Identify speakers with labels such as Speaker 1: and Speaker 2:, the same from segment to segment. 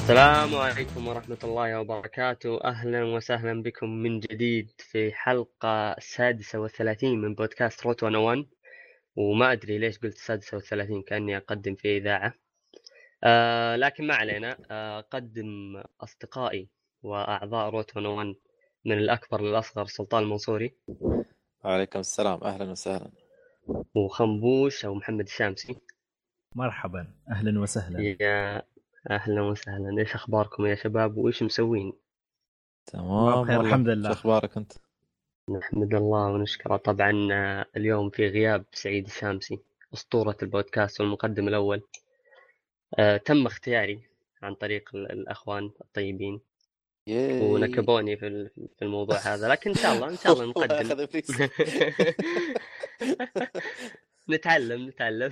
Speaker 1: السلام عليكم ورحمة الله وبركاته. أهلا وسهلا بكم من جديد في حلقة 36 من بودكاست روت 101. وما أدري ليش قلت 36 كأني أقدم في إذاعة. لكن ما علينا. أقدم أصدقائي وأعضاء روت 101 من الأكبر للأصغر: سلطان المنصوري،
Speaker 2: وعليكم السلام، أهلا وسهلا.
Speaker 1: وخنبوش أو محمد الشامسي.
Speaker 3: مرحبا، أهلا وسهلا.
Speaker 1: يا أهلا وسهلا. إيش أخباركم يا شباب وإيش مسوين؟
Speaker 2: تمام
Speaker 3: بخير
Speaker 2: والله.
Speaker 3: الحمد
Speaker 2: شو
Speaker 3: لله.
Speaker 2: أخبارك أنت؟
Speaker 1: نحمد الله ونشكره. طبعا اليوم في غياب سعيد الشامسي، أسطورة البودكاست والمقدم الأول. تم اختياري عن طريق الأخوان الطيبين،
Speaker 2: ياي.
Speaker 1: ونكبوني في الموضوع هذا، لكن إن شاء الله
Speaker 2: والله
Speaker 1: نقدم.
Speaker 2: أخذ فليكس.
Speaker 1: نتعلم.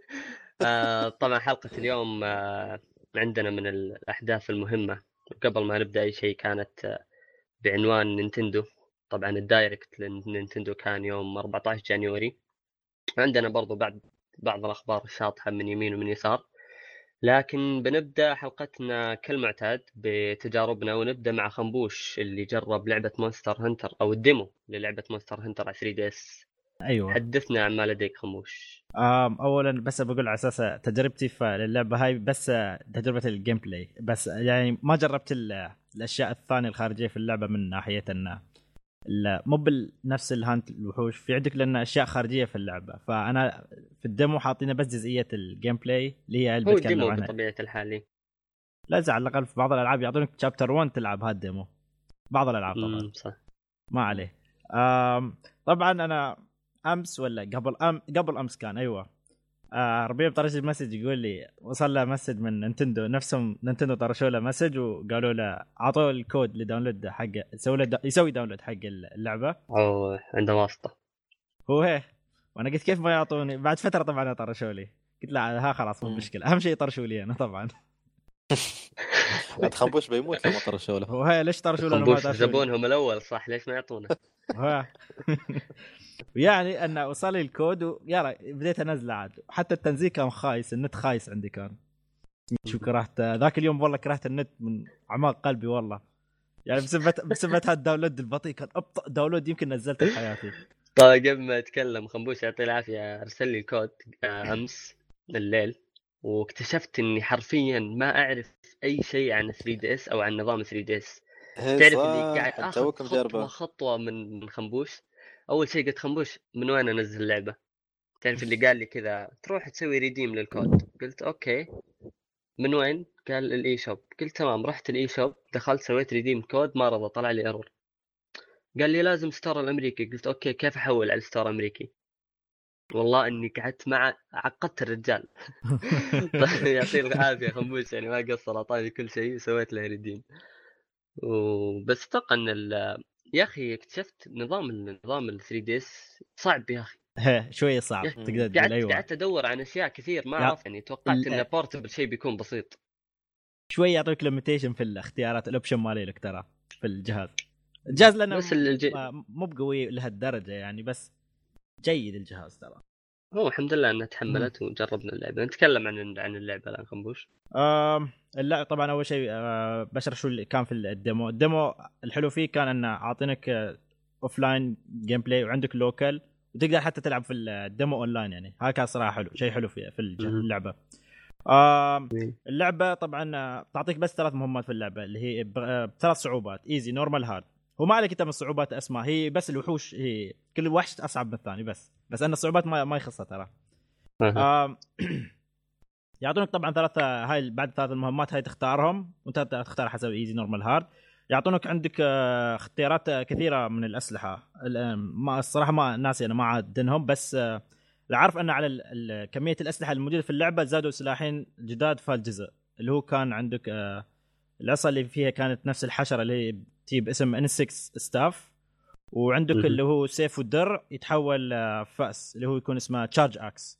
Speaker 1: طبعا حلقة اليوم عندنا من الأحداث المهمة. قبل ما نبدأ أي شيء، كانت بعنوان نينتندو. طبعا الدايركت لنينتندو كان يوم 14 جانيوري. عندنا برضو بعض الأخبار الشاطحة من يمين ومن يسار، لكن بنبدأ حلقتنا كالمعتاد بتجاربنا، ونبدأ مع خنبوش اللي جرب لعبة مونستر هنتر أو الديمو للعبة مونستر هنتر على 3DS.
Speaker 3: أيوة.
Speaker 1: حدثنا عن ما لديك خنبوش.
Speaker 3: أولا بس بقول على أساس تجربتي في اللعبة هاي بس تجربة الجيم بلاي بس، يعني ما جربت الأشياء الثانية الخارجية في اللعبة، من ناحية أن مو بنفس الهانت الوحوش في عندك، لأن أشياء خارجية في اللعبة. فأنا في الديمو حاطينه بس جزئية الجيم بلاي اللي هي اللي
Speaker 1: هو
Speaker 3: بتكلم
Speaker 1: الديمو
Speaker 3: عنها.
Speaker 1: بطبيعة الحال.
Speaker 3: لا زال، على الأقل في بعض الألعاب يعطونك شابتر 1 تلعب هذا الديمو، بعض الألعاب طبعا
Speaker 1: صح.
Speaker 3: ما عليه. طبعا انا امس ولا قبل امس كان، ايوه، ربيع طرش لي مسج يقول لي وصل له مسج من نينتندو نفسهم. نينتندو طرشوا له مسج وقالوا له اعطوه الكود لداونلود حقه، يسوي داونلود حق اللعبه.
Speaker 1: أو عنده واسطة.
Speaker 3: هو هي، وانا قلت كيف ما يعطوني بعد فتره؟ طبعا طرشوا لي. قلت لا ها خلاص مو مشكله، اهم شيء يطرشوا لي انا طبعا.
Speaker 2: عاد خنبوش بيموت لو ما طرشوا له.
Speaker 3: هو هي ليش طرشوا له ما
Speaker 1: خنبوش
Speaker 3: طرشوا لي؟
Speaker 1: زبونهم الأول، صح؟ ليش ما يعطونه؟
Speaker 3: ها. يعني أن وصل لي الكود ويلا بديت أنزله عاد. حتى التنزيل كان خايس، النت خايس عندي كان. شو كرهت ذاك اليوم والله، كرهت النت من أعماق قلبي والله. يعني بسبب هذا الداونلود البطيء، كان أبطأ داونلود يمكن نزلته في حياتي.
Speaker 1: طيب قبل ما أتكلم، خنبوش يعطيه العافية أرسل لي الكود أمس الليل، واكتشفت إني حرفيا ما أعرف أي شيء عن 3DS أو عن نظام 3DS.
Speaker 2: هي
Speaker 1: تعرف اللي قاعد
Speaker 2: صح،
Speaker 1: آخذ
Speaker 2: توكم جربه.
Speaker 1: خطوة من خنبوش. أول شيء قلت خنبوش من وين أنزل اللعبة؟ تعرف اللي قال لي كذا تروح تسوي ريديم للكود. قلت أوكي، من وين؟ قال الاي شوب. قلت تمام. رحت الاي شوب، دخلت سويت ريديم كود، ما رضى، طلع لي ايرور. قال لي لازم ستور الامريكي. قلت اوكي، كيف احول على الستور الامريكي؟ والله اني قعدت مع عقدت الرجال. طيب يعطيه العافيه خنبوش، يعني ما قصر، اعطاني كل شيء وسويت له ريديم. وبس اتوقع ان يا اخي اكتشفت نظام ال 3 دي اس صعب يا اخي.
Speaker 3: هي شوية صعب
Speaker 1: يا أخي
Speaker 3: تقدر تقول،
Speaker 1: قعدت
Speaker 3: أيوة.
Speaker 1: قعدت ادور عن اشياء كثير ما
Speaker 3: يا
Speaker 1: اعرف، يعني توقعت ان بورتبل شيء بيكون بسيط.
Speaker 3: شوية يعطيك ليميتيشن في الاختيارات، الأوبشن مالي لك ترى في الجهاز لأنه
Speaker 1: بس
Speaker 3: مو بقوي لهالدرجة يعني، بس جيد الجهاز ترى.
Speaker 1: هو الحمد لله انها تحملت وجربنا اللعبه. نتكلم عن اللعبه الان خنبوش.
Speaker 3: لا طبعا اول شيء بشرح شو اللي كان في الديمو الحلو فيه كان انه عاطينك اوف لاين جيم بلاي، وعندك لوكال، وتقدر حتى تلعب في الديمو اون لاين. يعني هذا كان صراحه حلو، شيء حلو في اللعبه. اللعبه طبعا تعطيك بس 3 مهمات في اللعبه، اللي هي ب3 صعوبات: ايزي، نورمال، هارد. هو ما عليك انت من الصعوبات اسماء، هي بس الوحوش، هي كل وحش اصعب من الثاني، بس ان الصعوبات ما يخصها ترى. يعطونك طبعا 3، هاي بعد 3 المهمات هاي تختارهم، وانت تختار حسب ايزي، نورمال، هارد. يعطونك عندك اختيارات كثيره من الاسلحه. ما الصراحه ما ناسي، انا ما عادنهم، بس عارف ان على كميه الاسلحه الموجوده في اللعبه زادوا سلاحين جداد في الجزء. اللي هو كان عندك العصا اللي فيها كانت نفس الحشره اللي هي تجيب باسم ان 6 ستاف، وعندك اللي هو سيف والدر يتحول فاس اللي هو يكون اسمه تشارج اكس.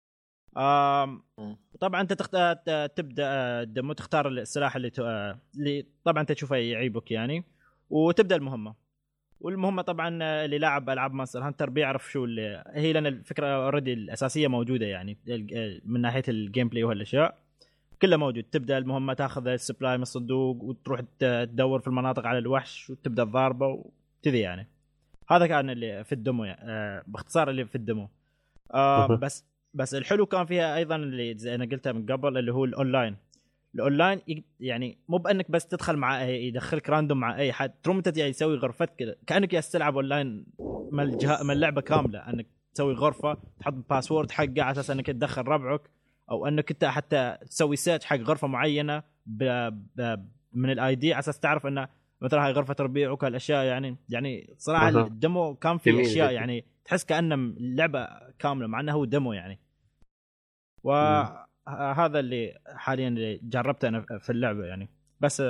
Speaker 3: طبعا انت تبدا الدمو، تختار السلاح اللي طبعا انت تشوفه يعيبك يعني، وتبدا المهمه. والمهمه طبعا اللي لاعب العاب مونستر هانتر بيعرف شو اللي هي، لان الفكره اوريدي الاساسيه موجوده يعني من ناحيه الجيم بلاي وهالاشياء. كله موجود. تبدا المهمه تاخذ السبلاي من الصندوق وتروح تدور في المناطق على الوحش وتبدا الضاربه وكذي يعني. هذا كان اللي في الدمو يعني. باختصار اللي في الدمو. بس الحلو كان فيها ايضا اللي زي انا قلتها من قبل اللي هو الاونلاين يعني مو بانك بس تدخل مع يدخلك راندوم مع اي حد، تروم انت يعني تسوي غرفتك كانك جالس تلعب اونلاين من اللعبه كامله، انك تسوي غرفه تحط باسورد حقه على اساس انك تدخل ربعك، او انك انت حتى تسوي سيرش حق غرفه معينه من الاي دي على اساس تعرف انه مثلا هاي غرفه ربيعك هالاشياء يعني صراحه الدمو كان فيه اشياء يعني تحس كانه اللعبه كامله مع انه هو دمو يعني. وهذا اللي حاليا اللي جربته انا في اللعبه يعني. بس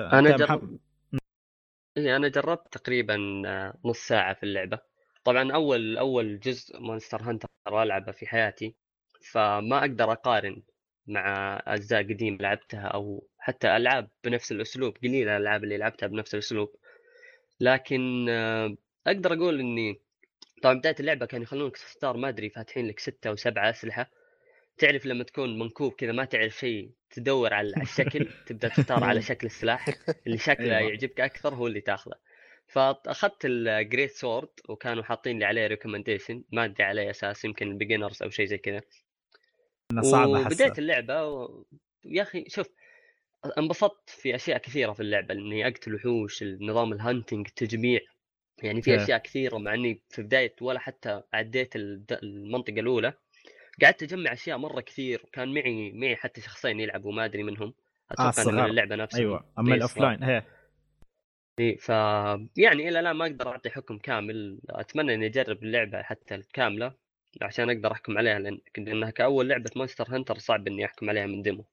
Speaker 1: انا جربت تقريبا نص ساعه في اللعبه. طبعا اول جزء مونستر هانتر العبه في حياتي، فما اقدر اقارن مع اجزاء قديمه لعبتها او حتى العاب بنفس الاسلوب. قليله الالعاب اللي لعبتها بنفس الاسلوب، لكن اقدر اقول اني طبعا بدايه اللعبه كانوا يخلونك تختار ما ادري فاتحين لك 6 أو 7 اسلحه. تعرف لما تكون منكوب كذا ما تعرف شيء تدور على الشكل، تبدا تختار على شكل السلاح اللي شكله يعجبك اكثر هو اللي تاخذه. فاخذت الجريت سورد وكانوا حاطين لي عليه ريكومنديشن ما ادري على اساس يمكن البيجنرز او شيء زي كذا. وبدايه اللعبه يا اخي شوف انبسطت في اشياء كثيره في اللعبه، اني اقتل وحوش، النظام الهانتنج، التجميع، يعني في اشياء كثيره. مع اني في بدايه ولا حتى عديت المنطقه الاولى قعدت اجمع اشياء مره كثير. كان معي حتى شخصين يلعبوا ما ادري منهم، اتوقع من اللعبه نفسها.
Speaker 3: ايوه اما الاوفلاين هي
Speaker 1: ف يعني الى الان ما اقدر اعطي حكم كامل. اتمنى اني اجرب اللعبه حتى الكامله عشان اقدر احكم عليها، لانها كاول لعبه مونستر هانتر صعب اني احكم عليها من ديمو.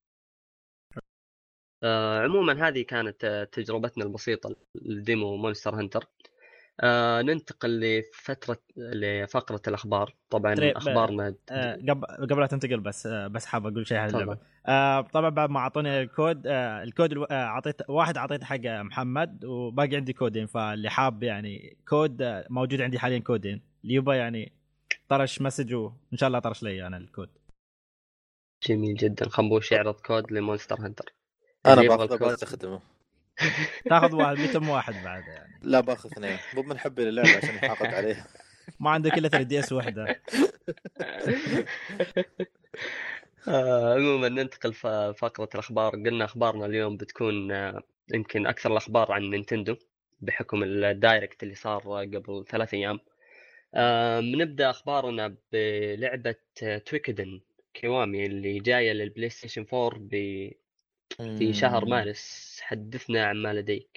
Speaker 1: عموما هذه كانت تجربتنا البسيطه لديمو مونستر هانتر. ننتقل لفقرة الأخبار. طبعا أخبارنا
Speaker 3: قبل لا تنتقل بس حاب أقول شيء عن اللعبة. طبعا بعد ما أعطوني الكود أعطيته حق محمد، وباقي عندي كودين، فاللي حاب يعني كود موجود عندي حاليا كودين اللي يبغى يعني طرش مسج وإن شاء الله طرش لي أنا الكود.
Speaker 1: جميل جدا. خنبوش يعرض كود لمونستر هانتر.
Speaker 2: أنا باخذه بستخدمه.
Speaker 3: تاخذ واحد ميتم واحد بعد يعني.
Speaker 2: لا باخذ اثنين، مو من حبي للعبة عشان يحافظ عليها.
Speaker 3: ما عندك الا 3DS وحده.
Speaker 1: عموما ننتقل فقرة الأخبار. قلنا أخبارنا اليوم بتكون يمكن أكثر الأخبار عن نينتندو بحكم الدايركت اللي صار قبل 3 أيام. بنبدأ أخبارنا بلعبة تويكدن كيوامي اللي جاية للبلاي ستيشن 4 في شهر مارس. حدثنا عما لديك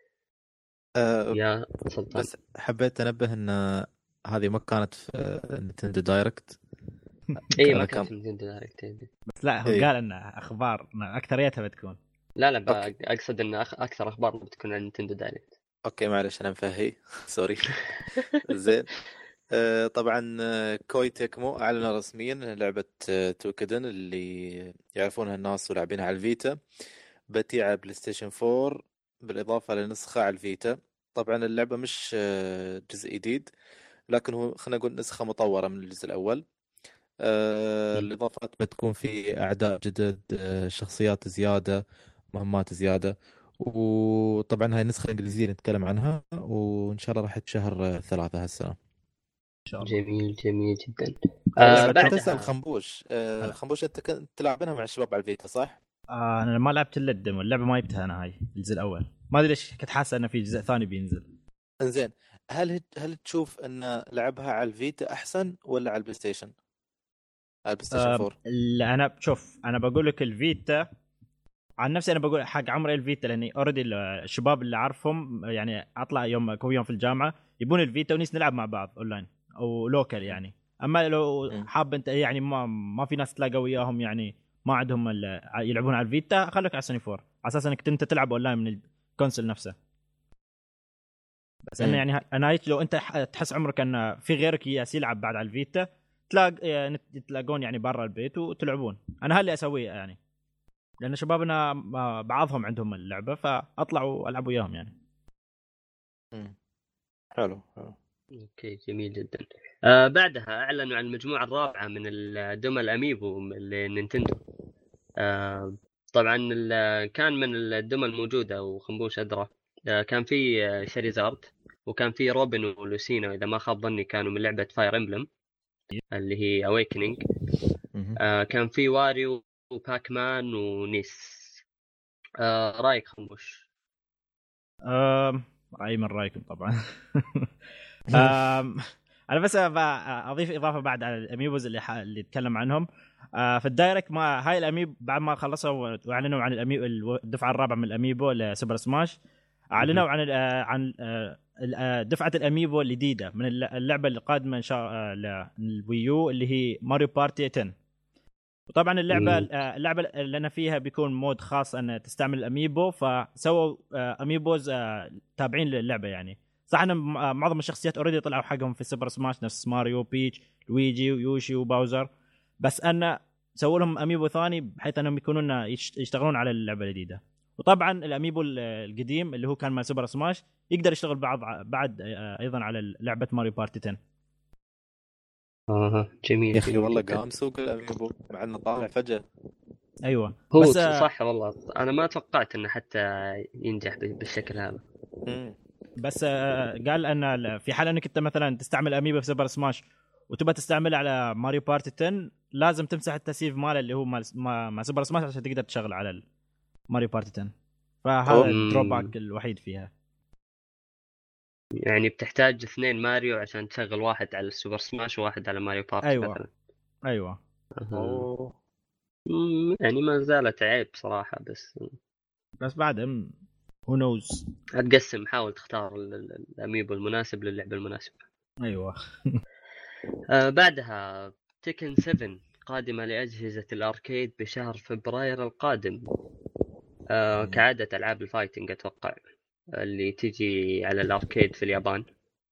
Speaker 1: يا سلطان.
Speaker 2: بس حبيت أنبه أن هذه ما كانت في نينتندو دايركت.
Speaker 1: اي ما كانت في نينتندو دايركت.
Speaker 3: بس لا هو قال ان اخبار اكثريتها بتكون
Speaker 1: لا اقصد ان اكثر اخبار بتكون عن نينتندو دايركت.
Speaker 2: اوكي معلش انا مفهي سوري. زين. طبعا كوي تكمو اعلن رسميا لعبه توكدن اللي يعرفونها الناس ولاعبينها على الفيتا بتيجي على بلاي ستيشن 4 بالاضافه لنسخه على الفيتا. طبعا اللعبه مش جزء جديد، لكن هو خلينا نقول نسخه مطوره من الجزء الاول. الإضافات بتكون في أعداء جدد، شخصيات زيادة، مهمات زيادة. وطبعا هاي النسخة الإنجليزية نتكلم عنها، وإن شاء الله راح تشهر 3 هالسنة
Speaker 1: إن شاء الله. جميل جدا.
Speaker 2: بعد تسأل خنبوش. خنبوش أنت كنت تلعبينها مع الشباب على الفيتا صح؟
Speaker 3: أنا ما لعبت إلا الديمو، اللعبة ما جبتها أنا. هاي الجزء الأول ما أدري ليش كنت حاسة أنه في جزء ثاني بينزل.
Speaker 2: إنزين، هل تشوف أن لعبها على الفيتا أحسن ولا على البلاي ستيشن؟ على البلاي ستيشن 4.
Speaker 3: لا أنا شوف، أنا بقول لك الفيتا عن نفسي. أنا بقول حق عمري الفيتا، لأني أوريدي الشباب اللي أعرفهم يعني أطلع يوم في الجامعة يبون الفيتا ونيس نلعب مع بعض أونلاين أو لوكال يعني. أما لو حاب أنت يعني ما في ناس تلاقوا وياهم يعني ما عندهم يلعبون على الفيتا، خليك على سوني 4 على أساس أنك أنت تلعب أونلاين من الكونسول نفسه. بس أنا يعني أنا لو أنت تحس عمرك أن في غيرك يلعب بعد على الفيتا تلاقون يعني برا البيت وتلعبون. أنا هاللي أسويه يعني، لأن شبابنا بعضهم عندهم اللعبة فأطلع وألعب وياهم يعني.
Speaker 2: حلو.
Speaker 1: اوكي جميل جدا. بعدها اعلنوا عن المجموعه الرابعه من الدوم الاميبو لنينتندو. طبعا كان من الدمى الموجودة وخنبوش أدرى. كان في شاريزارد، وكان في روبن ولوسينا إذا ما خاب ظني كانوا من لعبة فاير امبلم اللي هي اويكنينج. كان في واريو وباك مان ونيس. رايك خنبوش؟
Speaker 3: رأيي من رأيكم طبعا. انا بس اضيف اضافه بعد على الاميبوز اللي تكلم عنهم في الدايركت. ما هاي الاميب بعد ما خلصوا واعلنوا عن الاميب الدفعه الرابعه من الاميبو لسوبر سماش، اعلنوا عن دفعه الاميبو الجديده من اللعبه القادمه ان شاء للويو اللي هي ماريو بارتي 10. وطبعا اللعبه اللي انا فيها بيكون مود خاص ان تستعمل الاميبو، فسووا اميبوز تابعين للعبه يعني. صح ان معظم الشخصيات اوريدي طلعوا حقهم في سوبر سماش نفس ماريو بيتش لويجي ويوشي وباوزر، بس ان سووا لهم اميبو ثاني بحيث انهم يكونون يشتغلون على اللعبه الجديده. وطبعا الاميبو القديم اللي هو كان مع سوبر سماش يقدر يشتغل بعد ايضا على لعبه ماريو بارتي 10.
Speaker 1: جميل
Speaker 2: يا اخي
Speaker 1: جميل
Speaker 2: والله
Speaker 1: جداً.
Speaker 2: قام سوق الاميبو مع انه طالع فجأة.
Speaker 3: ايوه
Speaker 1: هو
Speaker 3: بس
Speaker 1: صح والله، انا ما توقعت انه حتى ينجح بالشكل هذا.
Speaker 3: بس قال ان في حال انك انت مثلا تستعمل اميبو في سوبر سماش وتبى تستعمله على ماريو بارتي 10 لازم تمسح التسييف ماله اللي هو مع سوبر سماش عشان تقدر تشغل على ماريو بارتي 10. فهذا الدروباك الوحيد فيها.
Speaker 1: يعني بتحتاج 2 ماريو عشان تشغل واحد على السوبر سماش وواحد على ماريو بارتي
Speaker 3: ايوه
Speaker 1: مثلا.
Speaker 3: ايوه
Speaker 2: اوه
Speaker 1: يعني ما زالت عيب صراحة،
Speaker 3: بس بعد هو نوز.
Speaker 1: هتقسم، حاول تختار الاميبو المناسب للعبة المناسبة.
Speaker 3: ايوه
Speaker 1: بعدها تيكن 7 قادمة لأجهزة الأركيد بشهر فبراير القادم. كعادة ألعاب الفايتنج أتوقع اللي تيجي على الأركيد في اليابان.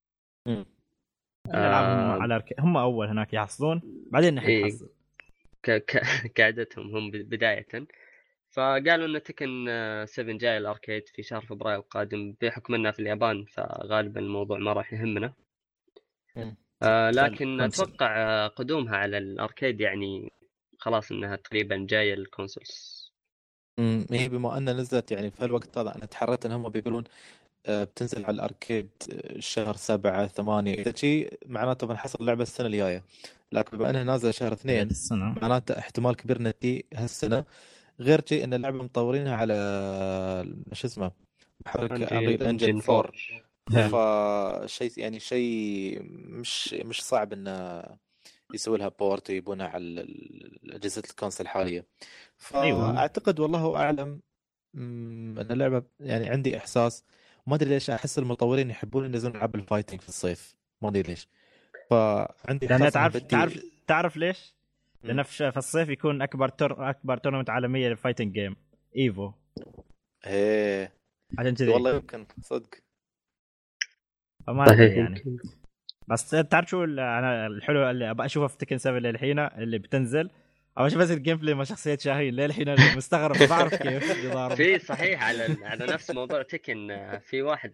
Speaker 3: العابهم على هم اول هناك يحصلون بعدين نحن نحصل
Speaker 1: كعادتهم هم بداية. فقالوا ان تكن 7 جاي الاركيد في شهر فبراير القادم، بحكم انها في اليابان فغالبا الموضوع ما راح يهمنا. لكن اتوقع قدومها على الاركيد يعني خلاص انها تقريبا جايه الكونسولز.
Speaker 2: هي بما ان نزلت يعني في الوقت هذا انا تحريت ان هم بيقولون بتنزل على الاركيد شهر 7 8 اذا شيء معناته بنحصل اللعبه السنه الجايه، لكن بما انها نازله شهر 2 معناته احتمال كبير نتي هالسنه. غير شيء ان اللعبه مطورينها على شو اسمه محرك انريل انجن 4 فشيء يعني شيء مش صعب انه يسوي لها بورت ويبونها على اجهزه الكونسول الحاليه. فاعتقد والله اعلم ان اللعبه يعني عندي احساس ما ادري ليش احس المطورين يحبون ينزلون العاب الفايتنج في الصيف ما ادري ليش. فعندي احساس
Speaker 3: تعرف ليش؟ لأن في الصيف يكون أكبر تورنمنت عالمية للفايتنج جيم إيفو.
Speaker 2: إيه
Speaker 3: عشان كذي
Speaker 2: والله يمكن صدق.
Speaker 3: فما أدري يعني. بس تعرف شو أنا الحلو اللي أبغى أشوفه في تكن 7 للحين اللي بتنزل، أو أشوف بس الجيم بلاي مع شخصيات شاهين للحين مستغرب بعرف كيف يضارب.
Speaker 1: في صحيح على نفس موضوع تكن. في واحد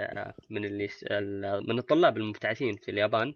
Speaker 1: من الطلاب المبتعثين في اليابان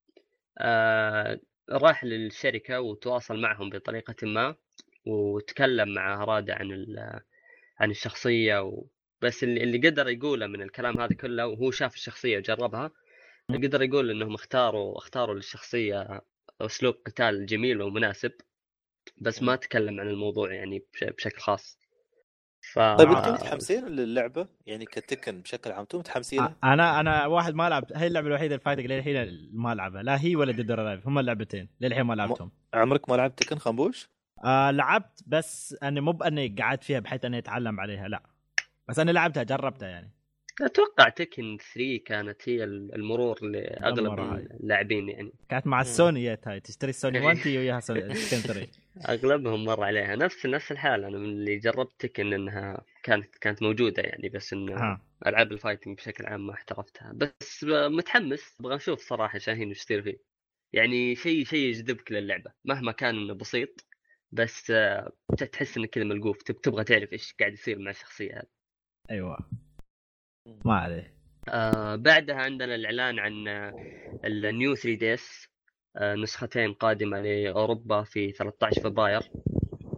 Speaker 1: راح للشركة وتواصل معهم بطريقة ما وتكلم مع هرادة عن الشخصية بس اللي قدر يقوله من الكلام هذا كله، وهو شاف الشخصية وجربها، قدر يقول انهم اختاروا للشخصية اسلوب قتال جميل ومناسب، بس ما تكلم عن الموضوع يعني بشكل خاص.
Speaker 2: طيب انتم متحمسين للعبة يعني كتكن بشكل عام؟ انتم متحمسين؟
Speaker 3: انا واحد ما لعب هاي اللعبة الوحيدة الفايتنج للحين ما لعبها، لا هي ولا ديد اور الايف، هم اللعبتين للحين ما لعبتهم.
Speaker 2: عمرك ما لعبت تكن خنبوش؟
Speaker 3: لعبت بس انا مو باني قعدت فيها بحيث اني اتعلم عليها، لا بس انا لعبتها جربتها يعني.
Speaker 1: اتوقع تكن 3 كانت هي المرور لاغلب اللاعبين يعني.
Speaker 3: كانت مع السونيات هاي تشتري السوني 1 تي وياها تكن 3
Speaker 1: اغلبهم مر عليها نفس الحال. انا من اللي جربت تكن انها كانت موجوده يعني، بس انه العاب الفايتنج بشكل عام ما احترفتها. بس متحمس، ابغى نشوف صراحه شاهين وش يصير فيه. يعني شيء يجذبك للعبه مهما كان انه بسيط، بس تحس انك كذا ملقوف تبغى تعرف ايش قاعد يصير مع الشخصيه هذه.
Speaker 3: ايوه ما عليه.
Speaker 1: بعدها عندنا الاعلان عن النيو 3 ديس، نسختين قادمه لاوروبا في 13 فبراير.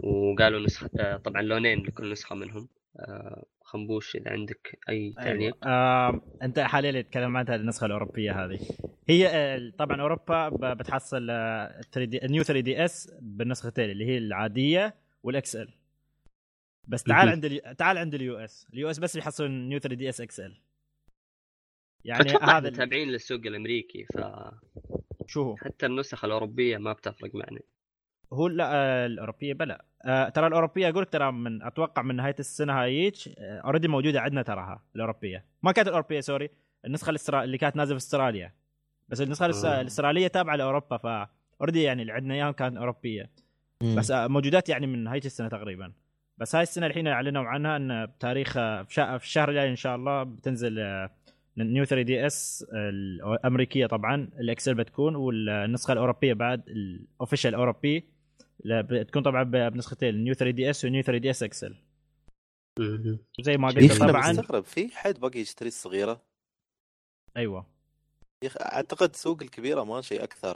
Speaker 1: وقالوا نسخة طبعا لونين لكل نسخة منهم. خنبوش إذا عندك أي تعليق.
Speaker 3: أنت حاليا تتكلم عن النسخة الأوروبية هذه. هي طبعا أوروبا بتحصل النيو 3DS بالنسختين اللي هي العادية والإكس ال. بس تعال عند اليو اس بس يحصل نيو 3DS XL. يعني
Speaker 1: هذا تابعين للسوق الأمريكي
Speaker 3: شو هو
Speaker 1: حتى النسخ الأوروبية ما بتفرق معنا.
Speaker 3: هو لا الأوروبية بلا ترى الأوروبية أقول ترى من أتوقع من نهاية السنة هايج أوريدي موجودة عندنا تراها الأوروبية. ما كانت الأوروبية سوري النسخة اللي كانت نازلة في استراليا. بس النسخة الأسترالية تابعة لأوروبا فأوريدي يعني اللي عندنا إياها كانت أوروبية. بس موجودات يعني من نهاية السنة تقريبا. بس هاي السنة الحين أعلنوا عنها أن بتاريخ في الشهر الجاي إن شاء الله بتنزل نيو 3DS الأمريكية طبعا الإكسل بتكون والنسخة الأوروبية بعد الأوفيشال أوروبي بتكون طبعا بنسختين نيو 3DS ونيو 3DS XL. زي ما قلت طبعا
Speaker 2: مستغرب في حد باقي يشتري الصغيرة.
Speaker 3: أيوة
Speaker 2: أعتقد سوق الكبيرة ماشي أكثر.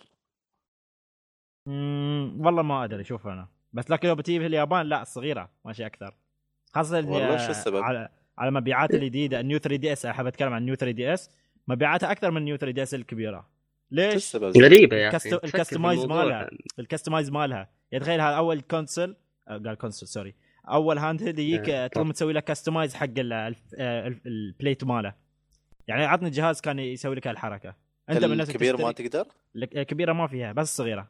Speaker 3: والله ما أدري شوف أنا بس لكن لو بتجيب في اليابان لا الصغيرة ماشي أكثر خاصة
Speaker 2: والله شو السبب؟
Speaker 3: على مبيعات الجديدة النيو 3DS. أحب أتكلم عن نيو 3DS مبيعاتها أكثر من نيو 3DS الكبيرة. ليش؟
Speaker 1: غريبة يا أخي.
Speaker 3: الكستمايز مالها يتخيل هذا أول كونسول قال كونسول سوري أول هاند هيلد يجيك تقوم تسوي له كستمايز حق البليت ماله. يعني عطني جهاز كان يسوي لك الحركة. أنت من الناس
Speaker 2: الكبير ما تقدر؟
Speaker 3: الكبيرة ما فيها بس الصغيرة.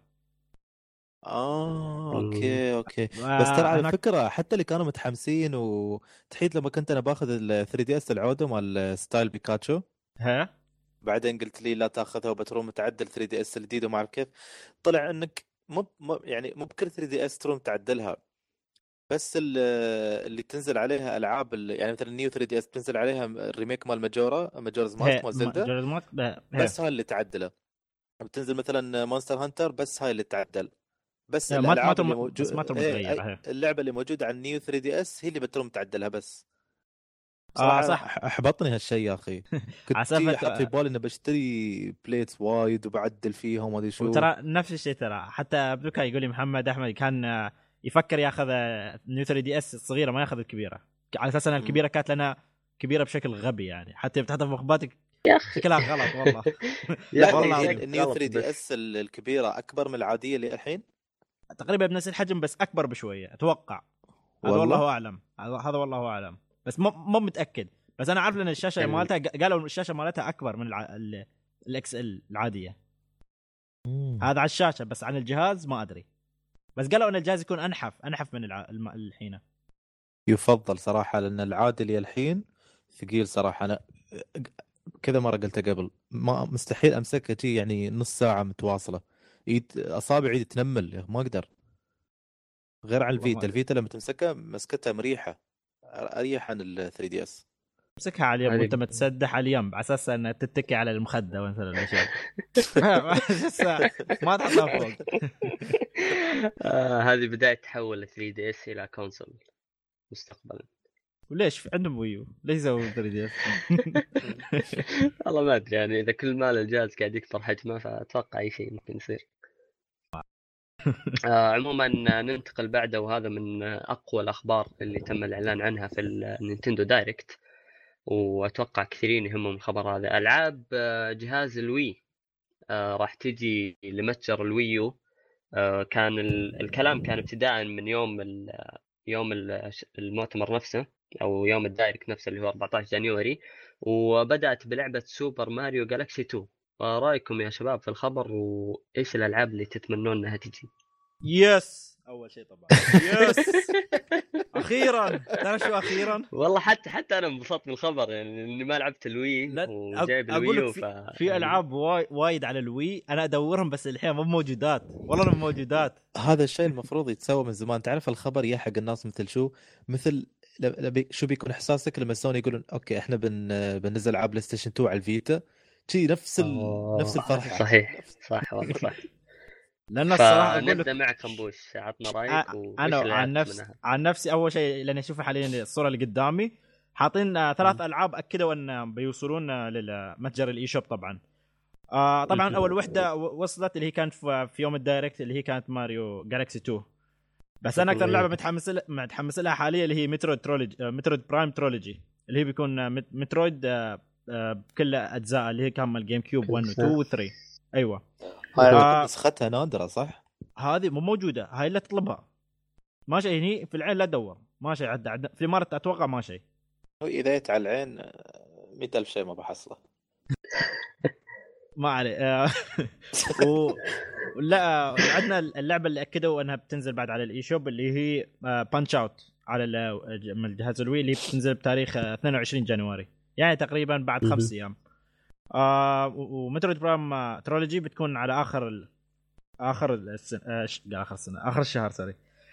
Speaker 2: اوكي بس ترى على فكره حتى اللي كانوا متحمسين وتحيت لما كنت انا باخذ ال 3DS العوده مال ستايل بيكاتشو بعدين قلت لي لا تاخذها وبتروم تعدل 3DS الجديد وما اعرف كيف. طلع انك يعني مو بكل 3DS تروم تعدلها بس اللي تنزل عليها العاب يعني مثلا نيو 3DS تنزل عليها الريميك مال ماجورز ماسك مال زلدا بس هاي اللي تعدله. بتنزل مثلا مونستر هانتر بس هاي اللي تعدل. بس الالعاب اللي اللعبه اللي موجوده على النيو 3DS هي اللي بتروم تعدلها بس. صح احبطني هالشيء يا اخي. كنت حاط في بالي اني بشتري بليتس وايد وبعدل فيها وما ادري شو.
Speaker 3: ترى نفس الشيء ترى حتى ابوك يقول لي محمد احمد كان يفكر ياخذ نيو 3DS الصغيره ما ياخذ الكبيره على اساس ان الكبيره كانت لنا كبيره بشكل غبي يعني حتى بتحطها في مخباتك شكلها غلط والله.
Speaker 2: لا والله النيو 3DS الكبيره اكبر من العاديه اللي الحين
Speaker 3: تقريبا بنفس الحجم بس اكبر بشويه اتوقع. هذا والله اعلم هذا والله اعلم بس مو متاكد. بس انا عارف ان الشاشه مالتها قالوا الشاشه مالتها اكبر من الاكس ال العاديه. هذا على الشاشه بس عن الجهاز ما ادري. بس قالوا ان الجهاز يكون انحف من الحين.
Speaker 2: يفضل صراحه لان العادي اللي الحين ثقيل صراحه. انا كذا مره قلتها قبل ما مستحيل امسكها شيء يعني نص ساعه متواصله. اصابعي تنمل ما اقدر. غير عن الفيتا لما تمسكها مسكتها مريحه اريح عن ال 3DS.
Speaker 3: امسكها على اليم وانت متسدح على اليم على اساس انها تتكي على المخده مثلا ولا شيء. ما تحطها فوق.
Speaker 1: هذه بدايه تحول 3DS الى كونسول مستقبلا.
Speaker 3: وليش عندهم ويو ليش يسوون 3DS؟
Speaker 1: والله ما ادري يعني اذا كل ما الجهاز قاعد يكبر حجمه فاتوقع اي شيء ممكن يصير. عموما ننتقل بعده وهذا من اقوى الاخبار اللي تم الاعلان عنها في النينتندو دايركت واتوقع كثيرين يهمهم الخبر هذا. العاب جهاز الوي راح تجي لمتجر الويو. كان الكلام كان ابتداء من يوم المؤتمر نفسه او يوم الدايركت نفسه اللي هو 14 جانيوري وبدأت بلعبة سوبر ماريو جالاكسي 2. رايكم يا شباب في الخبر وايش الالعاب اللي تتمنون انها تجي؟
Speaker 3: يس اول شيء طبعا يس اخيرا ترى شو اخيرا
Speaker 1: والله حتى انا انبسطت من الخبر يعني اني ما لعبت الوي وجايب الوي
Speaker 3: في العاب وايد على الوي انا ادورهم بس الحين مو موجودات والله مو موجودات.
Speaker 2: هذا الشيء المفروض يتسوى من زمان. تعرف الخبر يحق الناس مثل شو مثل شو بيكون احساسك لما سوني يقولون اوكي احنا بننزل العاب بلاي ستيشن 2 على الفيتا شيء نفس الفرحه.
Speaker 1: صحيح صح والله صح.
Speaker 3: لأن الصراحة
Speaker 1: نبدأ معك خنبوش عطنا رأيك.
Speaker 3: أنا عن نفسي أول شيء لأن أشوف حاليا الصورة اللي قدامي حاطين 3 ألعاب أكدوا أن بيوصلون للمتجر الإي شوب طبعا. طبعا أول وحدة وصلت اللي هي كانت في يوم الدايركت اللي هي كانت ماريو جالاكسي 2. بس انا اكثر لعبه متحمس لها حاليا اللي هي مترويد برايم ترولوجي، اللي هي بيكون مترويد بكل اجزاء اللي هي كان الجيم كيوب 1 و 2 و 3. ايوه
Speaker 2: هاي نسختها نادره صح؟
Speaker 3: هذه مو موجوده، هاي لا تطلبها، ما شيء هني في العين، لا تدور، ما شيء عد في الامارات اتوقع ما شيء.
Speaker 2: هو اذا جت على العين 100,000 شيء ما بحصله.
Speaker 3: ما عليه. لا عندنا اللعبه اللي اكدوا انها بتنزل بعد على الاي شوب اللي هي بانش اوت على الجهاز الوي، اللي بتنزل بتاريخ 22 جانوري، يعني تقريبا بعد 5 ايام. ومترويد برايم ترولوجي بتكون على اخر السنه، اخر الشهر سوري.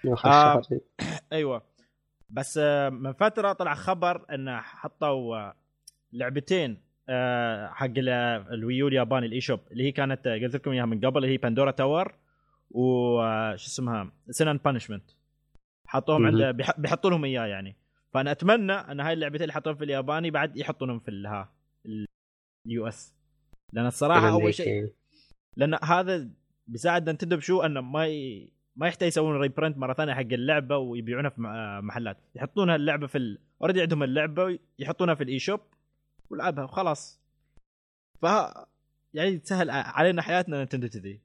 Speaker 3: ايوه بس من فتره طلع خبر ان حطوا لعبتين حق الويو الياباني الاي شوب، اللي هي كانت قلت لكم اياها من قبل، اللي هي باندورا تاور وش اسمها سنن بانشمنت، حطوهم عند بيحطوا لهم اياه يعني. فانا اتمنى ان هاي اللعبتين اللي حطوهم في الياباني بعد يحطونهم في اليو اس، لان الصراحه اول شيء لان هذا بيساعد نينتندو بشو انه ما يحتاج يسوون ريبرنت مره ثانيه حق اللعبه ويبيعونها في محلات، يحطونها اللعبه في اوريدي عندهم اللعبه يحطونها في الاي شوب ولعبها وخلاص. ف يعني تسهل علينا حياتنا نينتندو كذي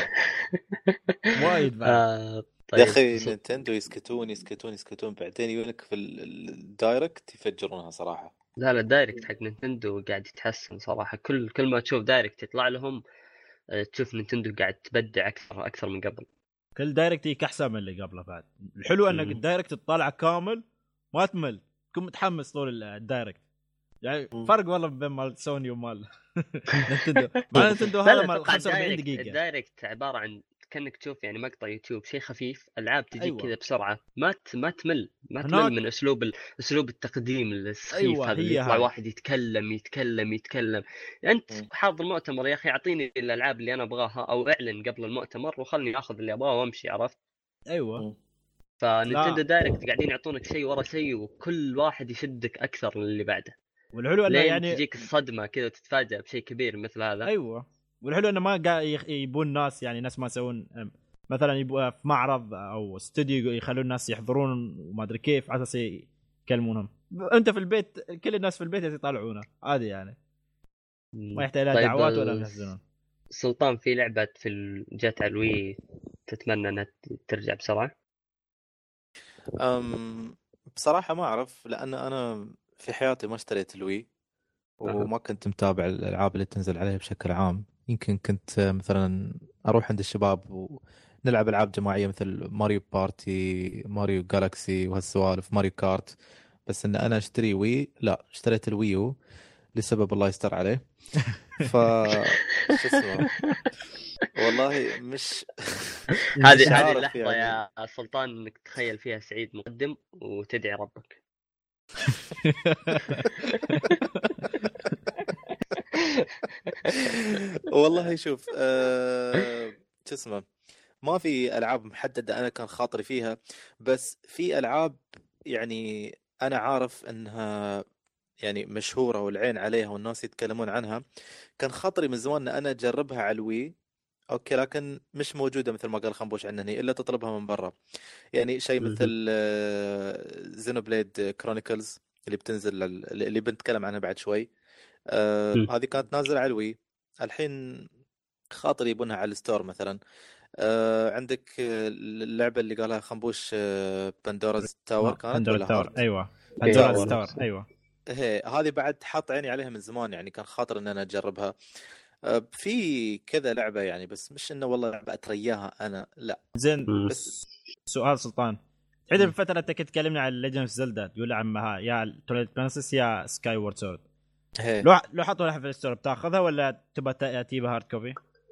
Speaker 3: وايد بعد.
Speaker 2: طيب. يا اخي نينتندو يسكتون بعدين يقولك في الدايركت يفجرونها صراحه.
Speaker 1: لا الدايركت حق نينتندو قاعد يتحسن صراحه، كل ما تشوف دايركت يطلع لهم تشوف نينتندو قاعد تبدع اكثر من قبل.
Speaker 3: كل دايركت يكحسن من اللي قبله بعد. الحلو انك الدايركت تطلع كامل ما تمل، تكون متحمس طول الدايركت، يعني فرق والله بين مال سوني ومال نينتندو. مال نينتندو هذا مال 45 دقيقه.
Speaker 1: الدايركت عباره عن كأنك تشوف يعني مقطع يوتيوب، شيء خفيف، العاب تجي
Speaker 3: أيوة.
Speaker 1: كذا بسرعه، ما تمل من اسلوب التقديم السخيف.
Speaker 3: أيوة
Speaker 1: هذا اللي يطلع واحد يتكلم يعني انت حاضر المؤتمر يا اخي اعطيني الالعاب اللي انا ابغاها، او اعلن قبل المؤتمر وخلني اخذ اللي ابغاه وامشي، عرفت؟
Speaker 3: ايوه.
Speaker 1: فنينتندو دايركت قاعدين يعطونك شيء ورا شيء، وكل واحد يشدك اكثر من اللي بعده،
Speaker 3: والحلو انه يعني
Speaker 1: تجيك الصدمه كذا وتتفاجأ بشيء كبير مثل هذا.
Speaker 3: ايوه، والحلو انه ما يبون ناس، يعني ناس ما يسوون مثلا يبقى في معرض او استوديو يخلون الناس يحضرون وما ادري كيف على اساس يكلمونهم. انت في البيت كل الناس في البيت يطالعونه عادي يعني، ما يحتاج لا دعوات ولا يحزنون.
Speaker 1: سلطان في لعبه في جات على الوي تتمنى انها ترجع بسرعه؟
Speaker 2: بصراحه ما اعرف، لان انا في حياتي ما اشتريت الوي وما كنت متابع الالعاب اللي تنزل عليها بشكل عام. يمكن كنت مثلا اروح عند الشباب ونلعب العاب جماعيه مثل ماريو بارتي، ماريو جالاكسي وهالسوالف، ماريو كارت. بس ان انا اشتري وي، لا، اشتريت الويو لسبب الله يستر عليه. ف شو اسمه والله مش
Speaker 1: هذه اللحظه يعني. يا سلطان انك تخيل فيها سعيد مقدم وتدعي ربك.
Speaker 2: والله شوف شو اسمه، ما في العاب محدده انا كان خاطري فيها، بس في العاب يعني انا عارف انها يعني مشهوره والعين عليها والناس يتكلمون عنها، كان خاطري من زمان ان انا اجربها على الوي. اوكي، لكن مش موجوده مثل ما قال خنبوش عنني، الا تطلبها من برا. يعني شيء مثل زينوبليد كرونيكلز اللي بتنزل اللي بنتكلم عنها بعد شوي. هذه كانت نازله على الوي، الحين خاطري يبونها على الستور مثلا. عندك اللعبه اللي قالها خنبوش باندورا's تاور كانت ولا هارت؟
Speaker 3: ايوه باندورا's تاور ايوه.
Speaker 2: هذه بعد حاط عيني عليها من زمان، يعني كان خاطر ان انا اجربها. في كذا لعبه يعني، بس مش انه والله لعبه اترياها انا، لا.
Speaker 3: زين بس سؤال سلطان، تعيد الفتره انت كنت تكلمنا عن ليجند اوف زلدا، تقول عمها يا تويلايت برنسس يا سكاي وورد سورد، لو حطوا لها في الستور بتاخذها ولا تبى تاتي بهارد كوبي؟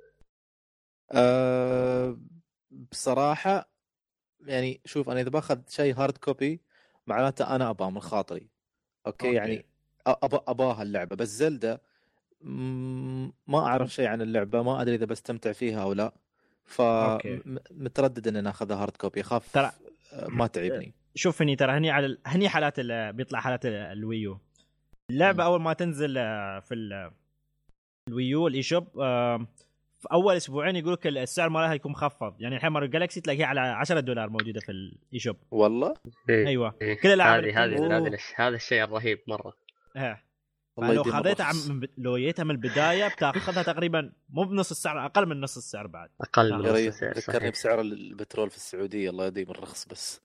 Speaker 2: بصراحه يعني شوف، انا اذا باخذ شيء هارد كوبي معناته انا ابغى من خاطري. أوكي. يعني اباها اللعبه، بس زلدا ما اعرف شيء عن اللعبه، ما ادري اذا بستمتع فيها او لا، فمتردد ان ناخذها هارد كوبي، اخاف ترى ما تعبني.
Speaker 3: شوف ترى هني حالات بيطلع حالات الويو. اللعبه اول ما تنزل في الويو الاي شوب في اول اسبوعين يقول لك السعر مالها يكون مخفض، يعني الحين ماريو جالكسي تلاقيها على $10 موجوده في الاي شوب.
Speaker 2: والله
Speaker 1: إيه.
Speaker 3: ايوه
Speaker 1: إيه.
Speaker 3: كل الالعاب اللي
Speaker 1: هذا الشيء الرهيب مره.
Speaker 2: والله
Speaker 3: لو
Speaker 2: يديم
Speaker 3: خذيتها
Speaker 2: الرخص.
Speaker 3: لو جيتها من البدايه بتاخذها تقريبا مو بنص السعر، اقل من نص السعر بعد.
Speaker 1: اقل من
Speaker 3: يا
Speaker 1: نص
Speaker 2: يا
Speaker 1: السعر
Speaker 2: ذكرني
Speaker 1: صحيح.
Speaker 2: بسعر البترول في السعوديه، الله يديم الرخص بس.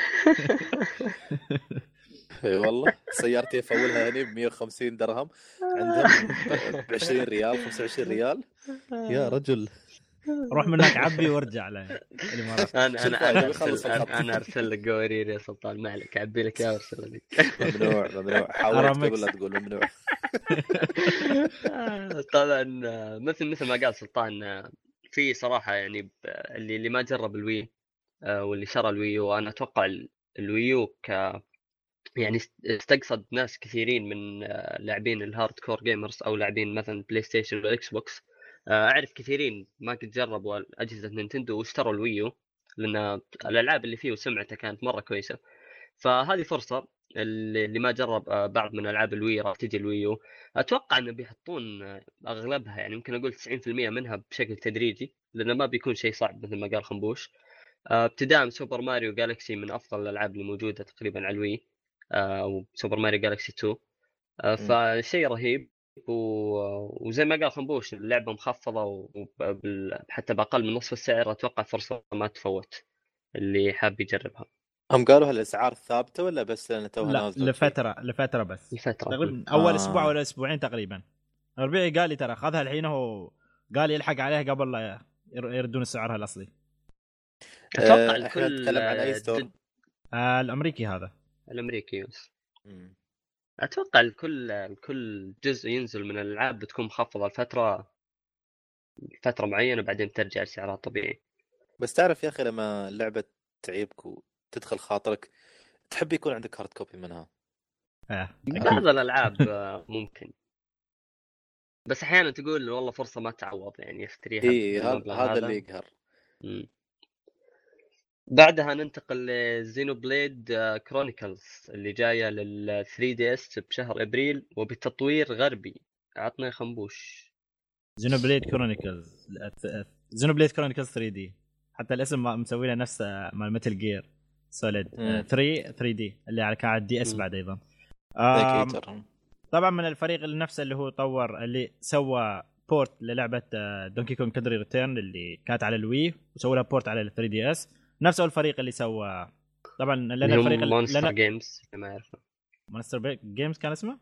Speaker 2: اي والله سيارتي افولها هنا ب 150 درهم، عندهم ب 20 ريال 25 ريال. يا رجل
Speaker 3: روح من هناك عبي وارجع له الامارات.
Speaker 2: شو الفائده؟ بيخلص الخط.
Speaker 1: انا ارسل لك قوارير يا سلطان، ما عليك عبي لك يا ارسل لك.
Speaker 2: ممنوع حاولت قبل لا تقول ممنوع.
Speaker 1: طبعا مثل ما قال سلطان، في صراحه يعني اللي ما جرب الوي واللي شرى الويو، انا اتوقع الويو يعني استقصد ناس كثيرين من لاعبين الهارد كور جيمرز او لاعبين مثلا بلاي ستيشن والاكس بوكس. اعرف كثيرين ما قد جربوا اجهزه نينتندو واشتروا الويو، لان الالعاب اللي فيه وسمعته كانت مره كويسه. فهذه فرصه اللي ما جرب بعض من العاب الوي راح تجي الويو. اتوقع انه بيحطون اغلبها، يعني ممكن اقول 90% منها بشكل تدريجي، لانه ما بيكون شيء صعب مثل ما قال خنبوش. ابتداء سوبر ماريو جالكسي من افضل الالعاب اللي موجوده تقريبا على الوي، او سوبر ماريو جالكسي 2. فشيء رهيب. وزي ما قال خنبوش اللعبه مخفضه حتى باقل من نصف السعر. اتوقع فرصه ما تفوت اللي حاب يجربها.
Speaker 2: هم قالوا هالاسعار ثابته ولا بس لان توها
Speaker 3: لا
Speaker 2: نازله وشي؟
Speaker 3: لفتره بس
Speaker 1: الفتره
Speaker 3: تقريبا اول اسبوع ولا اسبوعين تقريبا. ربيعي قال لي ترى خذها الحين، هو قال يلحق عليها قبل لا يردون سعرها الاصلي.
Speaker 1: اتوقع
Speaker 2: احنا نتكلم عن اي ستور؟
Speaker 3: الامريكي هذا.
Speaker 1: الامريكي يوز. اتوقع الكل جزء ينزل من الالعاب بتكون مخفضه فتره معينه، بعدين ترجع لسعرها الطبيعي.
Speaker 2: بس تعرف يا اخي لما اللعبه تعيبك وتدخل خاطرك تحب يكون عندك هارد كوبي منها.
Speaker 1: بعض الالعاب ممكن، بس احيانا تقول والله فرصه ما تعوض، يعني اشتريها بالمبلغ
Speaker 2: هذا اللي يقهر.
Speaker 1: بعدها ننتقل لزينو بليد كرونيكلز اللي جايه لل 3 دي اس بشهر ابريل وبتطوير غربي. عطنا خنبوش.
Speaker 3: زينو بليد كرونيكلز 3 دي، حتى الاسم مسوي له نفس مال متل جير سوليد 3 دي اللي على كان الدي اس بعد ايضا. طبعا من الفريق نفسه اللي هو طور اللي سوى بورت للعبه دونكي كونغ كونتري ريتيرن اللي كانت على الوي وسووا لها بورت على ال 3 دي اس. نفسه الفريق اللي سوى طبعا لان الفريق
Speaker 1: مونستر جيمز ما اعرفه.
Speaker 3: مونستر جيمز كان اسمه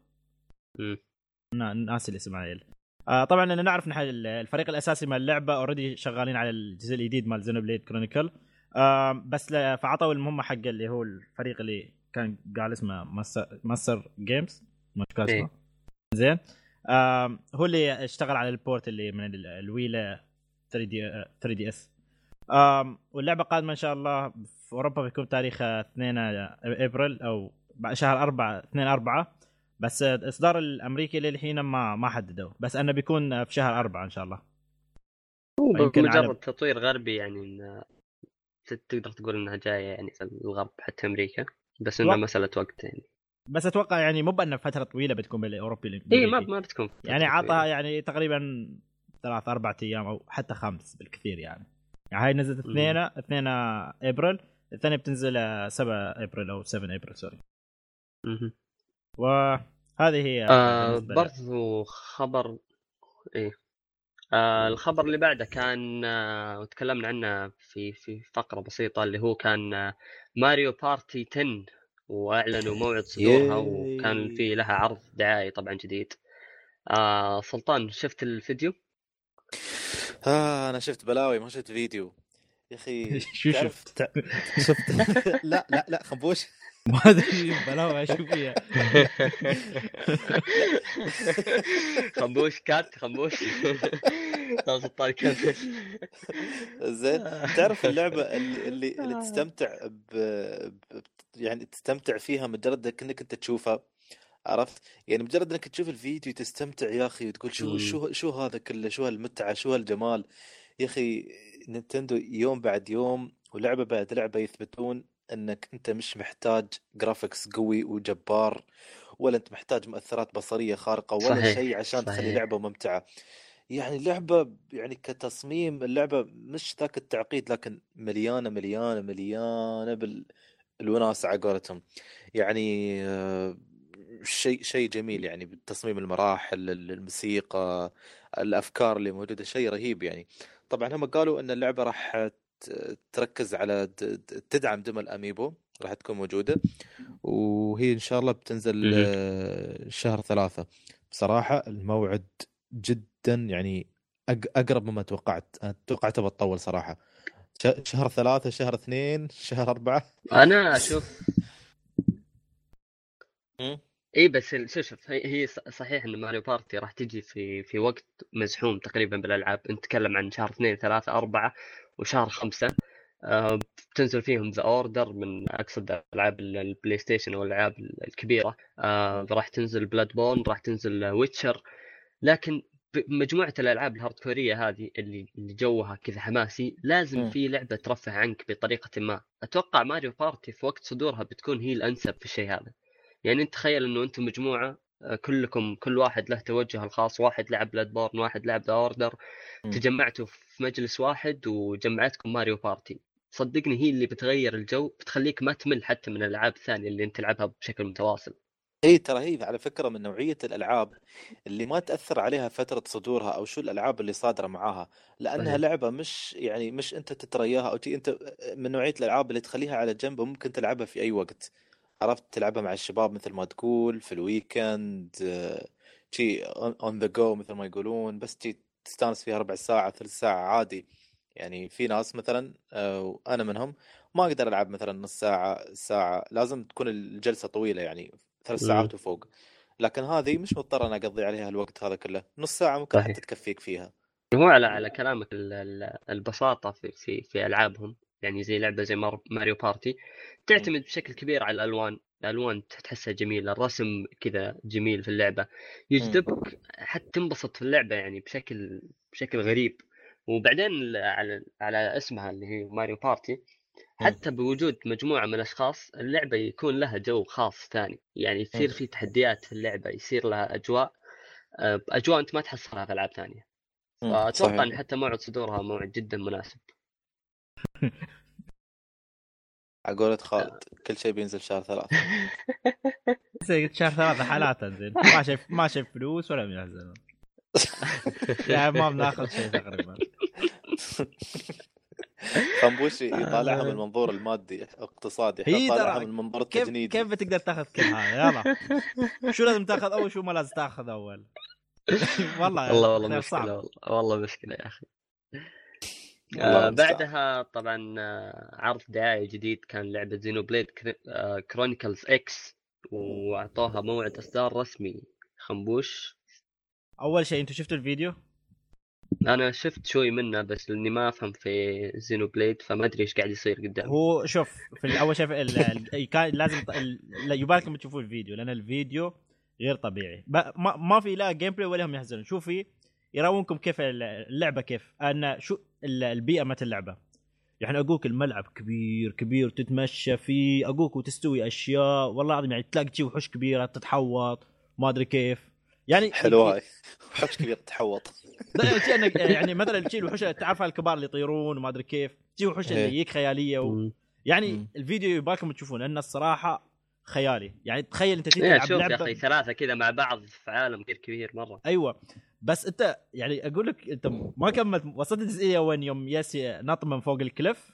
Speaker 3: ناسي الاسم عليه. طبعا انا نعرف ان الفريق الاساسي مال اللعبه اوريدي شغالين على الجزء الجديد مال زينو بليد كرونيكل، بس فعطوا المهمه حق اللي هو الفريق اللي كان قال اسمه ماستر جيمز مش كان اسمه زين. هو اللي اشتغل على البورت اللي من الوي ل 3 دي اس. واللعبه قادمه ان شاء الله في اوروبا بيكون تاريخ 2 ابريل او شهر 4 2/4، بس الاصدار الامريكي للحين ما حددوا، بس انه بيكون في شهر 4 ان شاء الله.
Speaker 1: يمكن مجرد تطوير غربي، يعني تقدر تقول انها جايه يعني في الغرب حتى امريكا، بس انها مساله وقت يعني.
Speaker 3: بس اتوقع يعني مو بأنه فتره طويله بتكون بالاوروبي
Speaker 1: ما بتكون
Speaker 3: يعني عطها يعني تقريبا 3-4 ايام او حتى 5 بالكثير يعني هاي نزلت 2 ابريل، الثانيه بتنزل 7 ابريل او 7 ابريل سوري. وهذه هي
Speaker 1: برضو خبر الخبر اللي بعده كان وتكلمنا عنه في فقره بسيطه، اللي هو كان ماريو بارتي 10، واعلنوا موعد صدورها وكان في لها عرض دعائي طبعا جديد. سلطان شفت الفيديو؟
Speaker 2: انا شفت بلاوي ما شفت فيديو يا اخي.
Speaker 3: شو شفت؟
Speaker 2: لا خنبوش
Speaker 3: ما ادري بلاوي اشوف فيها.
Speaker 1: خنبوش سلطان كمل.
Speaker 2: زين تعرف اللعبه اللي تستمتع يعني تستمتع فيها مجرد انك انت تشوفها، عرفت يعني مجرد انك تشوف الفيديو تستمتع يا اخي وتقول شو هذا كله، شو هالمتعه، شو هالجمال يا اخي. نينتندو يوم بعد يوم ولعبه بعد لعبه يثبتون انك انت مش محتاج جرافيكس قوي وجبار، ولا انت محتاج مؤثرات بصريه خارقه ولا شيء عشان تخلي لعبه ممتعه. يعني اللعبة يعني كتصميم اللعبة مش ذاك التعقيد، لكن مليانة مليانة مليانة بالوناسة على قولتهم. يعني شيء جميل يعني بالتصميم، المراحل، الموسيقى، الأفكار اللي موجودة، شيء رهيب يعني. طبعا هم قالوا أن اللعبة راح تركز على تدعم دمى الأميبو، راح تكون موجودة، وهي إن شاء الله بتنزل
Speaker 1: مهم.
Speaker 2: شهر 3. بصراحة الموعد جدا يعني أقرب مما توقعت. أنا توقعتها بتطول صراحة. شهر 3، شهر 2، شهر 4.
Speaker 1: انا اشوف
Speaker 2: مم.
Speaker 1: اي، بس شوف هي صحيح ان ماريو بارتي راح تجي في وقت مزحوم تقريبا بالالعاب. انت تتكلم عن شهر 2 3 4 وشهر 5. بتنزل فيهم ذا اوردر، من اقصد العاب البلاي ستيشن والالعاب الكبيره. راح تنزل بلاد بون، راح تنزل ويتشر. لكن مجموعة الألعاب الهاردكورية هذه اللي جوها كذا حماسي، لازم
Speaker 2: مم.
Speaker 1: في لعبة ترفه عنك بطريقة ما. أتوقع ماريو بارتي في وقت صدورها بتكون هي الأنسب في الشيء هذا. يعني أنت تخيل إنه أنتم مجموعة، كلكم كل واحد له توجه الخاص، واحد لعب بلاد بورن، واحد لعب ذا أوردر،
Speaker 2: مم.
Speaker 1: تجمعتوا في مجلس واحد وجمعتكم ماريو بارتي. صدقني هي اللي بتغير الجو، بتخليك ما تمل حتى من الألعاب الثانية اللي أنت تلعبها بشكل متواصل.
Speaker 2: اي ترى هي على فكرة من نوعية الألعاب اللي ما تأثر عليها فترة صدورها أو شو الألعاب اللي صادرة معاها، لأنها
Speaker 1: صحيح.
Speaker 2: لعبة مش يعني مش أنت تترياها أو أنت من نوعية الألعاب اللي تخليها على جنب وممكن تلعبها في أي وقت. عرفت، تلعبها مع الشباب مثل ما تقول في الويكند، شي اون ذا جو مثل ما يقولون، بس شي تستانس فيها ربع ساعة 3 ساعة عادي. يعني في ناس مثلا أنا منهم ما أقدر ألعب مثلا نص ساعة ساعة، لازم تكون الجلسة طويلة يعني 3 ساعات وفوق. لكن هذه مش مضطر أنا أقضي عليها الوقت هذا كله، نص ساعة ممكن حتى
Speaker 1: صحيح.
Speaker 2: تكفيك فيها.
Speaker 1: هو على كلامك البساطة في ألعابهم، يعني زي لعبة زي ماريو بارتي
Speaker 2: مم.
Speaker 1: تعتمد بشكل كبير على الألوان تحسها جميلة، الرسم كذا جميل في اللعبة،
Speaker 2: مم.
Speaker 1: يجذبك حتى تنبسط في اللعبة يعني بشكل غريب. وبعدين على اسمها اللي هي ماريو بارتي،
Speaker 2: مم.
Speaker 1: حتى بوجود مجموعة من الأشخاص اللعبة يكون لها جو خاص ثاني، يعني
Speaker 2: مم.
Speaker 1: يصير في تحديات في اللعبة، يصير لها أجواء أنت ما تحصلها في ألعاب ثانية. فأتوقع
Speaker 2: صحيح.
Speaker 1: أن حتى موعد صدورها موعد جدا مناسب.
Speaker 2: على قولة خالد كل شيء بينزل شهر 3.
Speaker 3: قلت شهر 3 حالات زين، ما شايف فلوس ولا بينزل. يعني ما بناخذ شيء تقريبا.
Speaker 2: خنبوش يطالعها من المنظور المادي اقتصادي، احنا
Speaker 3: هي
Speaker 2: نطالعها
Speaker 3: ترى
Speaker 2: من منظور
Speaker 3: كيف
Speaker 2: التجنيدي.
Speaker 3: بتقدر تاخذ كل هذا؟ يلا شو لازم تاخذ اول، شو ما لازم تاخذ اول. والله
Speaker 1: والله
Speaker 3: اختيار
Speaker 1: مشكلة،
Speaker 3: صعب.
Speaker 1: والله مشكلة يا أخي.
Speaker 2: الله المستعان.
Speaker 1: بعدها طبعا عرض دعاية جديد، كان لعبة زينو بليد كرونيكلز اكس، وأعطوها موعد إصدار رسمي. خنبوش،
Speaker 3: اول شيء انتوا شفتوا الفيديو؟
Speaker 1: أنا شفت شوي منه بس لأني ما أفهم في زينو بليد، فما أدري إيش قاعد يصير قدامي.
Speaker 3: هو شوف، في الاول شايف كان لازم لا يبالكم تشوفوا الفيديو، لان الفيديو غير طبيعي. ما في لا جيم بلاي ولا هم يحزنون. شوفي يراونكم كيف اللعبه، كيف ان شو البيئه مت اللعبه. يعني اقولك الملعب كبير كبير تتمشى فيه، اقولك وتستوي اشياء والله العظيم، يعني تلاقي شيء وحوش كبيره تتحوط ما ادري كيف. يعني
Speaker 2: حلوة هاي، وحش كبير تحوط.
Speaker 3: لا شيء انك يعني مثلا الشيء الوحوش تعرف الكبار اللي يطيرون وما ادري كيف، شيء وحوش اللي
Speaker 2: ايه.
Speaker 3: يجيك خياليه
Speaker 1: مم.
Speaker 3: يعني الفيديو يبالكم تشوفون لان الصراحه خيالي. يعني تخيل انت
Speaker 1: إيه
Speaker 3: تلعب
Speaker 1: شوف يا
Speaker 3: لعبه.
Speaker 1: أخي، ثلاثة كذا مع بعض في عالم كبير مرة.
Speaker 3: ايوه بس انت يعني اقول لك انت ما كملت، وصلت الجزئيه وين يوم ياسي نط من فوق الكليف.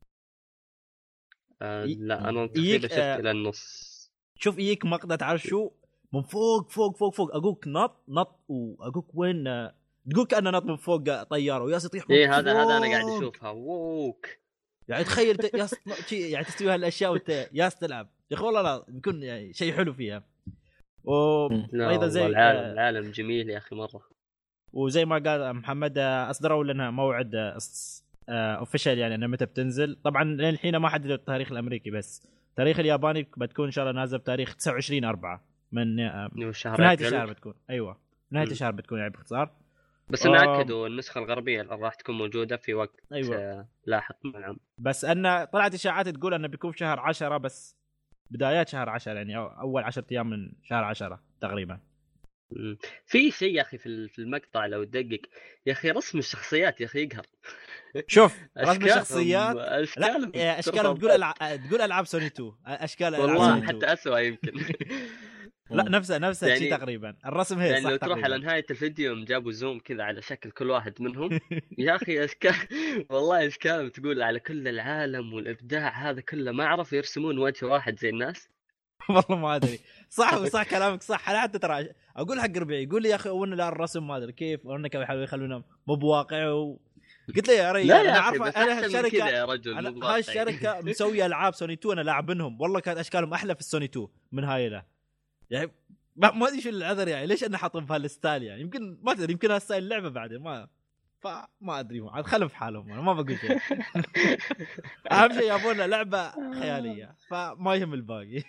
Speaker 1: لا أنا تقريبا
Speaker 3: يجيك
Speaker 1: شفت إلى النص.
Speaker 3: شوف يجيك مقطع تعرف شو، من فوق فوق فوق فوق اقولك نط واقولك وين تقول كأنه نط من فوق طياره وياس يطيح من
Speaker 1: إيه هذا أنا قاعد
Speaker 3: فوق.
Speaker 1: أشوفها ووك.
Speaker 3: يعني تخيل ياس يعني تستوي هالاشياء وانت ياس تلعب يا اخي، والله لا بيكون يعني شيء حلو فيها.
Speaker 1: لا
Speaker 3: وايضا
Speaker 1: والله
Speaker 3: زي
Speaker 1: العالم جميل يا أخي مرة.
Speaker 3: وزي ما قال محمد اصدروا لنا موعد اوفيشال، يعني انها متى بتنزل. طبعا لين الحين ما حددوا التاريخ الامريكي، بس التاريخ الياباني بتكون ان شاء الله نازل بتاريخ 29/4 من
Speaker 1: شهر
Speaker 3: في نهايه
Speaker 1: أبريل.
Speaker 3: الشهر بتكون. ايوه نهايه الشهر بتكون يعني باختصار.
Speaker 1: بس إن أكدوا النسخة الغربية راح تكون موجودة في وقت
Speaker 3: ايوه
Speaker 1: لاحق من العام.
Speaker 3: بس ان طلعت اشاعات تقول انه بيكون في شهر 10، بس بدايات شهر 10 يعني اول 10 ايام من شهر 10 تقريبا.
Speaker 1: في شيء يا اخي في المقطع لو تدقق يا اخي، رسم الشخصيات يا اخي يقهر.
Speaker 3: شوف رسم
Speaker 1: اشكالهم
Speaker 3: الشخصيات، لا
Speaker 1: اشكالهم
Speaker 3: اشكالهم
Speaker 1: ترفع ضحك.
Speaker 3: تقول العاب سوني 2، اشكال العاب
Speaker 1: والله
Speaker 3: سوني 2.
Speaker 1: حتى اسوأ يمكن.
Speaker 3: لا نفسها شيء
Speaker 1: يعني
Speaker 3: تقريبا، الرسم هي
Speaker 1: يعني
Speaker 3: صح
Speaker 1: لو تروح على
Speaker 3: تقريبا.
Speaker 1: نهاية الفيديو يوم جابوا زوم كذا على شكل كل واحد منهم، يا أخي أشكال. والله أشكال تقول على كل العالم والإبداع هذا كله، ما عرفوا يرسمون وجه واحد زي الناس.
Speaker 3: والله ما ادري. صح كلامك صح. انا حتى ترى اقول حق ربيعي، يقول لي يا اخي وين لا الرسم ما ادري كيف، وانك يحاولوا يخلونه مو بواقعي قلت له يا
Speaker 1: لا
Speaker 3: رجال انا
Speaker 1: يا أخي
Speaker 3: عارفه
Speaker 1: بس
Speaker 3: انا
Speaker 1: أحسن من كذا
Speaker 3: هالشركه،
Speaker 1: يا رجل،
Speaker 3: انا
Speaker 1: مو
Speaker 3: هاي
Speaker 1: واقعي.
Speaker 3: الشركه مسويه العاب سوني 2 انا لاعبنهم، والله كانت اشكالهم احلى في السوني 2 من هاي له. يعني ما ادري شو العذر يعني، ليش انا حاطهم في هالستايل يعني؟ يمكن ما ادري، يمكن هالستايل اللعبه بعدين ما ادري، عاد خلهم في حالهم، انا ما بقول شيء. اهم شيء يابونا لعبه خياليه فما يهم الباقي.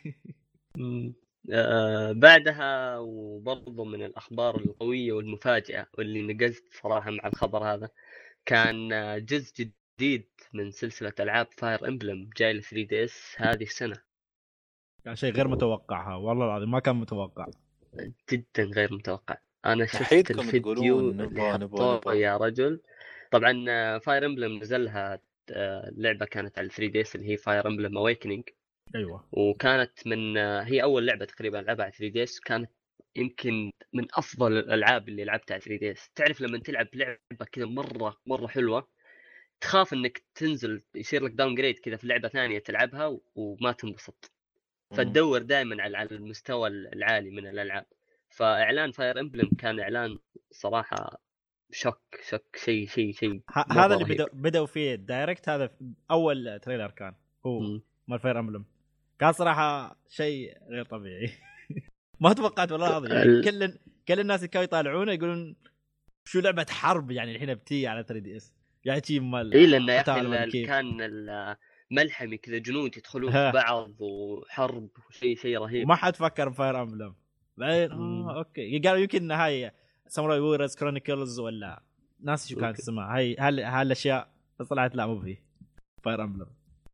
Speaker 1: بعدها وبرضه من الأخبار القوية والمفاجئة واللي نقزت صراحة مع الخبر هذا، كان جزء جديد من سلسلة ألعاب فاير إمبلم جاي ل 3DS هذه السنة.
Speaker 3: كان شيء غير متوقع، والله العظيم ما كان متوقع،
Speaker 1: جدا غير متوقع. أنا شفت
Speaker 2: تحيدكم
Speaker 1: الفيديو
Speaker 2: تقولون
Speaker 1: اللي
Speaker 2: نبغى
Speaker 1: حطوه يا رجل. طبعا فاير إمبلم نزلها لعبة كانت على 3DS اللي هي فاير إمبلم أويكنينج.
Speaker 3: ايوه
Speaker 1: وكانت من هي أول لعبة تقريبا ألعبها على 3DS. كانت يمكن من أفضل الألعاب اللي لعبتها على 3DS. تعرف لما تلعب لعبة كذا مرة حلوة، تخاف انك تنزل يصير لك داون جريد كذا في لعبه ثانيه تلعبها وما تنبسط، فتدور دائما على المستوى العالي من الالعاب. فاعلان فاير امبلم كان اعلان صراحه شوك شيء
Speaker 3: هذا
Speaker 1: مره
Speaker 3: اللي
Speaker 1: رهيب.
Speaker 3: بدأوا فيه الدايركت، هذا اول تريلر كان هو
Speaker 1: مم.
Speaker 3: مال فاير امبلم، كان صراحه شيء غير طبيعي. ما توقعت والله العظيم يعني كل الناس اللي كانوا يطالعونه يقولون شو لعبه حرب يعني الحين بتي على 3DS يعني شيء مال
Speaker 1: اي لان يا
Speaker 3: قتال ما أدري
Speaker 1: اخي
Speaker 3: كيف.
Speaker 1: كان ملحمي كذا، جنود يدخلون في بعض وحرب شيء رهيب.
Speaker 3: وما حد فكر بفاير امبلم بعدين اوكي قالوا يمكن هاي ساموراي وورز كرونيكلز ولا ناس شو كانت اسمها هاي هالاشياء، بس طلعت لا مو فيه فاير امبلم.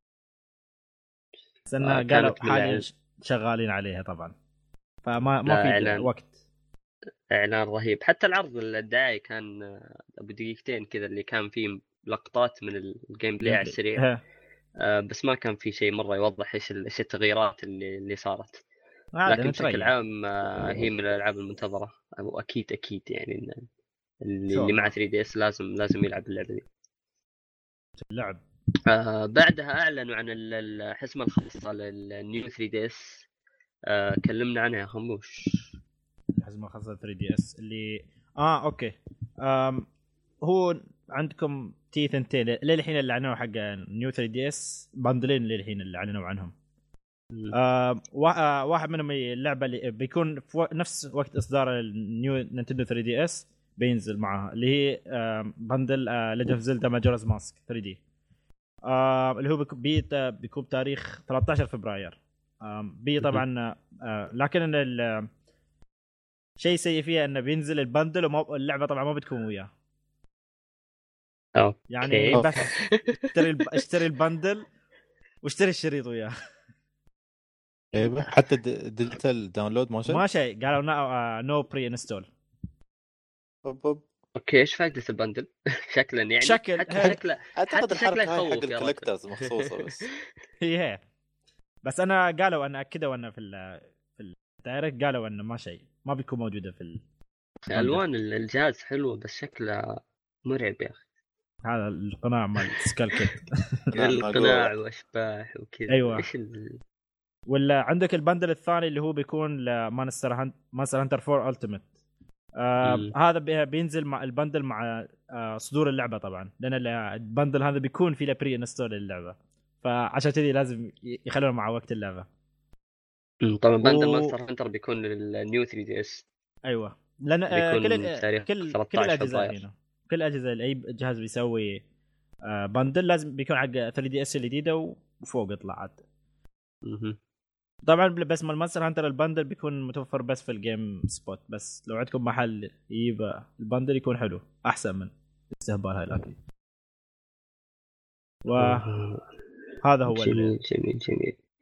Speaker 3: بس انها قالوا حاليا شغالين عليها طبعا، فما في
Speaker 1: إعلان
Speaker 3: وقت.
Speaker 1: اعلان رهيب. حتى العرض الدعائي كان ابو دقيقتين كذا، اللي كان فيه لقطات من الجيم بلاي على السريع. بس ما كان في شيء مره يوضح ايش التغييرات اللي صارت. لكن بشكل عام هي من الالعاب المنتظره، واكيد يعني اللي مع 3DS لازم يلعب اللعبه دي.
Speaker 3: اللعب
Speaker 1: بعدها اعلنوا عن الحزمه الخاصه للنيو 3DS. كلمنا عنها يا خموش.
Speaker 3: الحزمه الخاصه 3DS اللي اوكي. هو عندكم تي ثنتين للحين اللي اعلنوا حق نيو 3DS باندلين للحين اللي اعلنوا عنهم. واحد منهم اللعبه اللي بيكون في نفس وقت اصدار النيو نينتندو 3DS بينزل معها، اللي هي باندل ليجند اوف زيلدا ماجورز ماسك 3D، اللي هو بيكون بتاريخ 13 فبراير. طبعا لكن شيء سيء فيها انه بينزل البندل واللعبه طبعا ما بتكون وياه. يعني بس اشتري البندل واشتري الشريط وياه.
Speaker 2: ايوه حتى ديجيتال داونلود
Speaker 3: ما شيء قالوا نو بري انستول.
Speaker 1: اوكي ايش فائده البندل؟ شكلا يعني حتى شكله
Speaker 2: اعتقد الحركه هاي حق
Speaker 1: يخوف
Speaker 2: الكولكترز مخصوصه بس.
Speaker 3: هي بس انا قالوا ان اكدوا انه في الدايركت قالوا انه ما شيء ما بيكون موجوده في
Speaker 1: الوان الجهاز حلو بس شكله مرعب يا اخي.
Speaker 3: هذا القناع مال سكال كيت.
Speaker 1: القناع واشباح وكذا.
Speaker 3: ايوه
Speaker 1: ايش
Speaker 3: ولا عندك البندل الثاني اللي هو بيكون لمانستر هانتر 4 التيمت. هذا بينزل مع البندل مع صدور اللعبه طبعا، لان البندل هذا بيكون فيه بري انستول للعبه، فعشان كذي لازم يخلونه مع وقت اللعبه.
Speaker 1: طبعا بندل مانستر هانتر بيكون للنيو 3DS.
Speaker 3: ايوه لان كل الاجهزه هنا، كل الاجهزه اي جهاز بيسوي بندل لازم بيكون حق 3DS الجديده وفوق طلعت. طبعا بس مال مانستر هانتر البندل بيكون متوفر بس في الجيم سبوت، بس لو عندكم محل يجيب البندل يكون حلو احسن من استهبال هاي الاكل. وهذا هو
Speaker 1: جميل.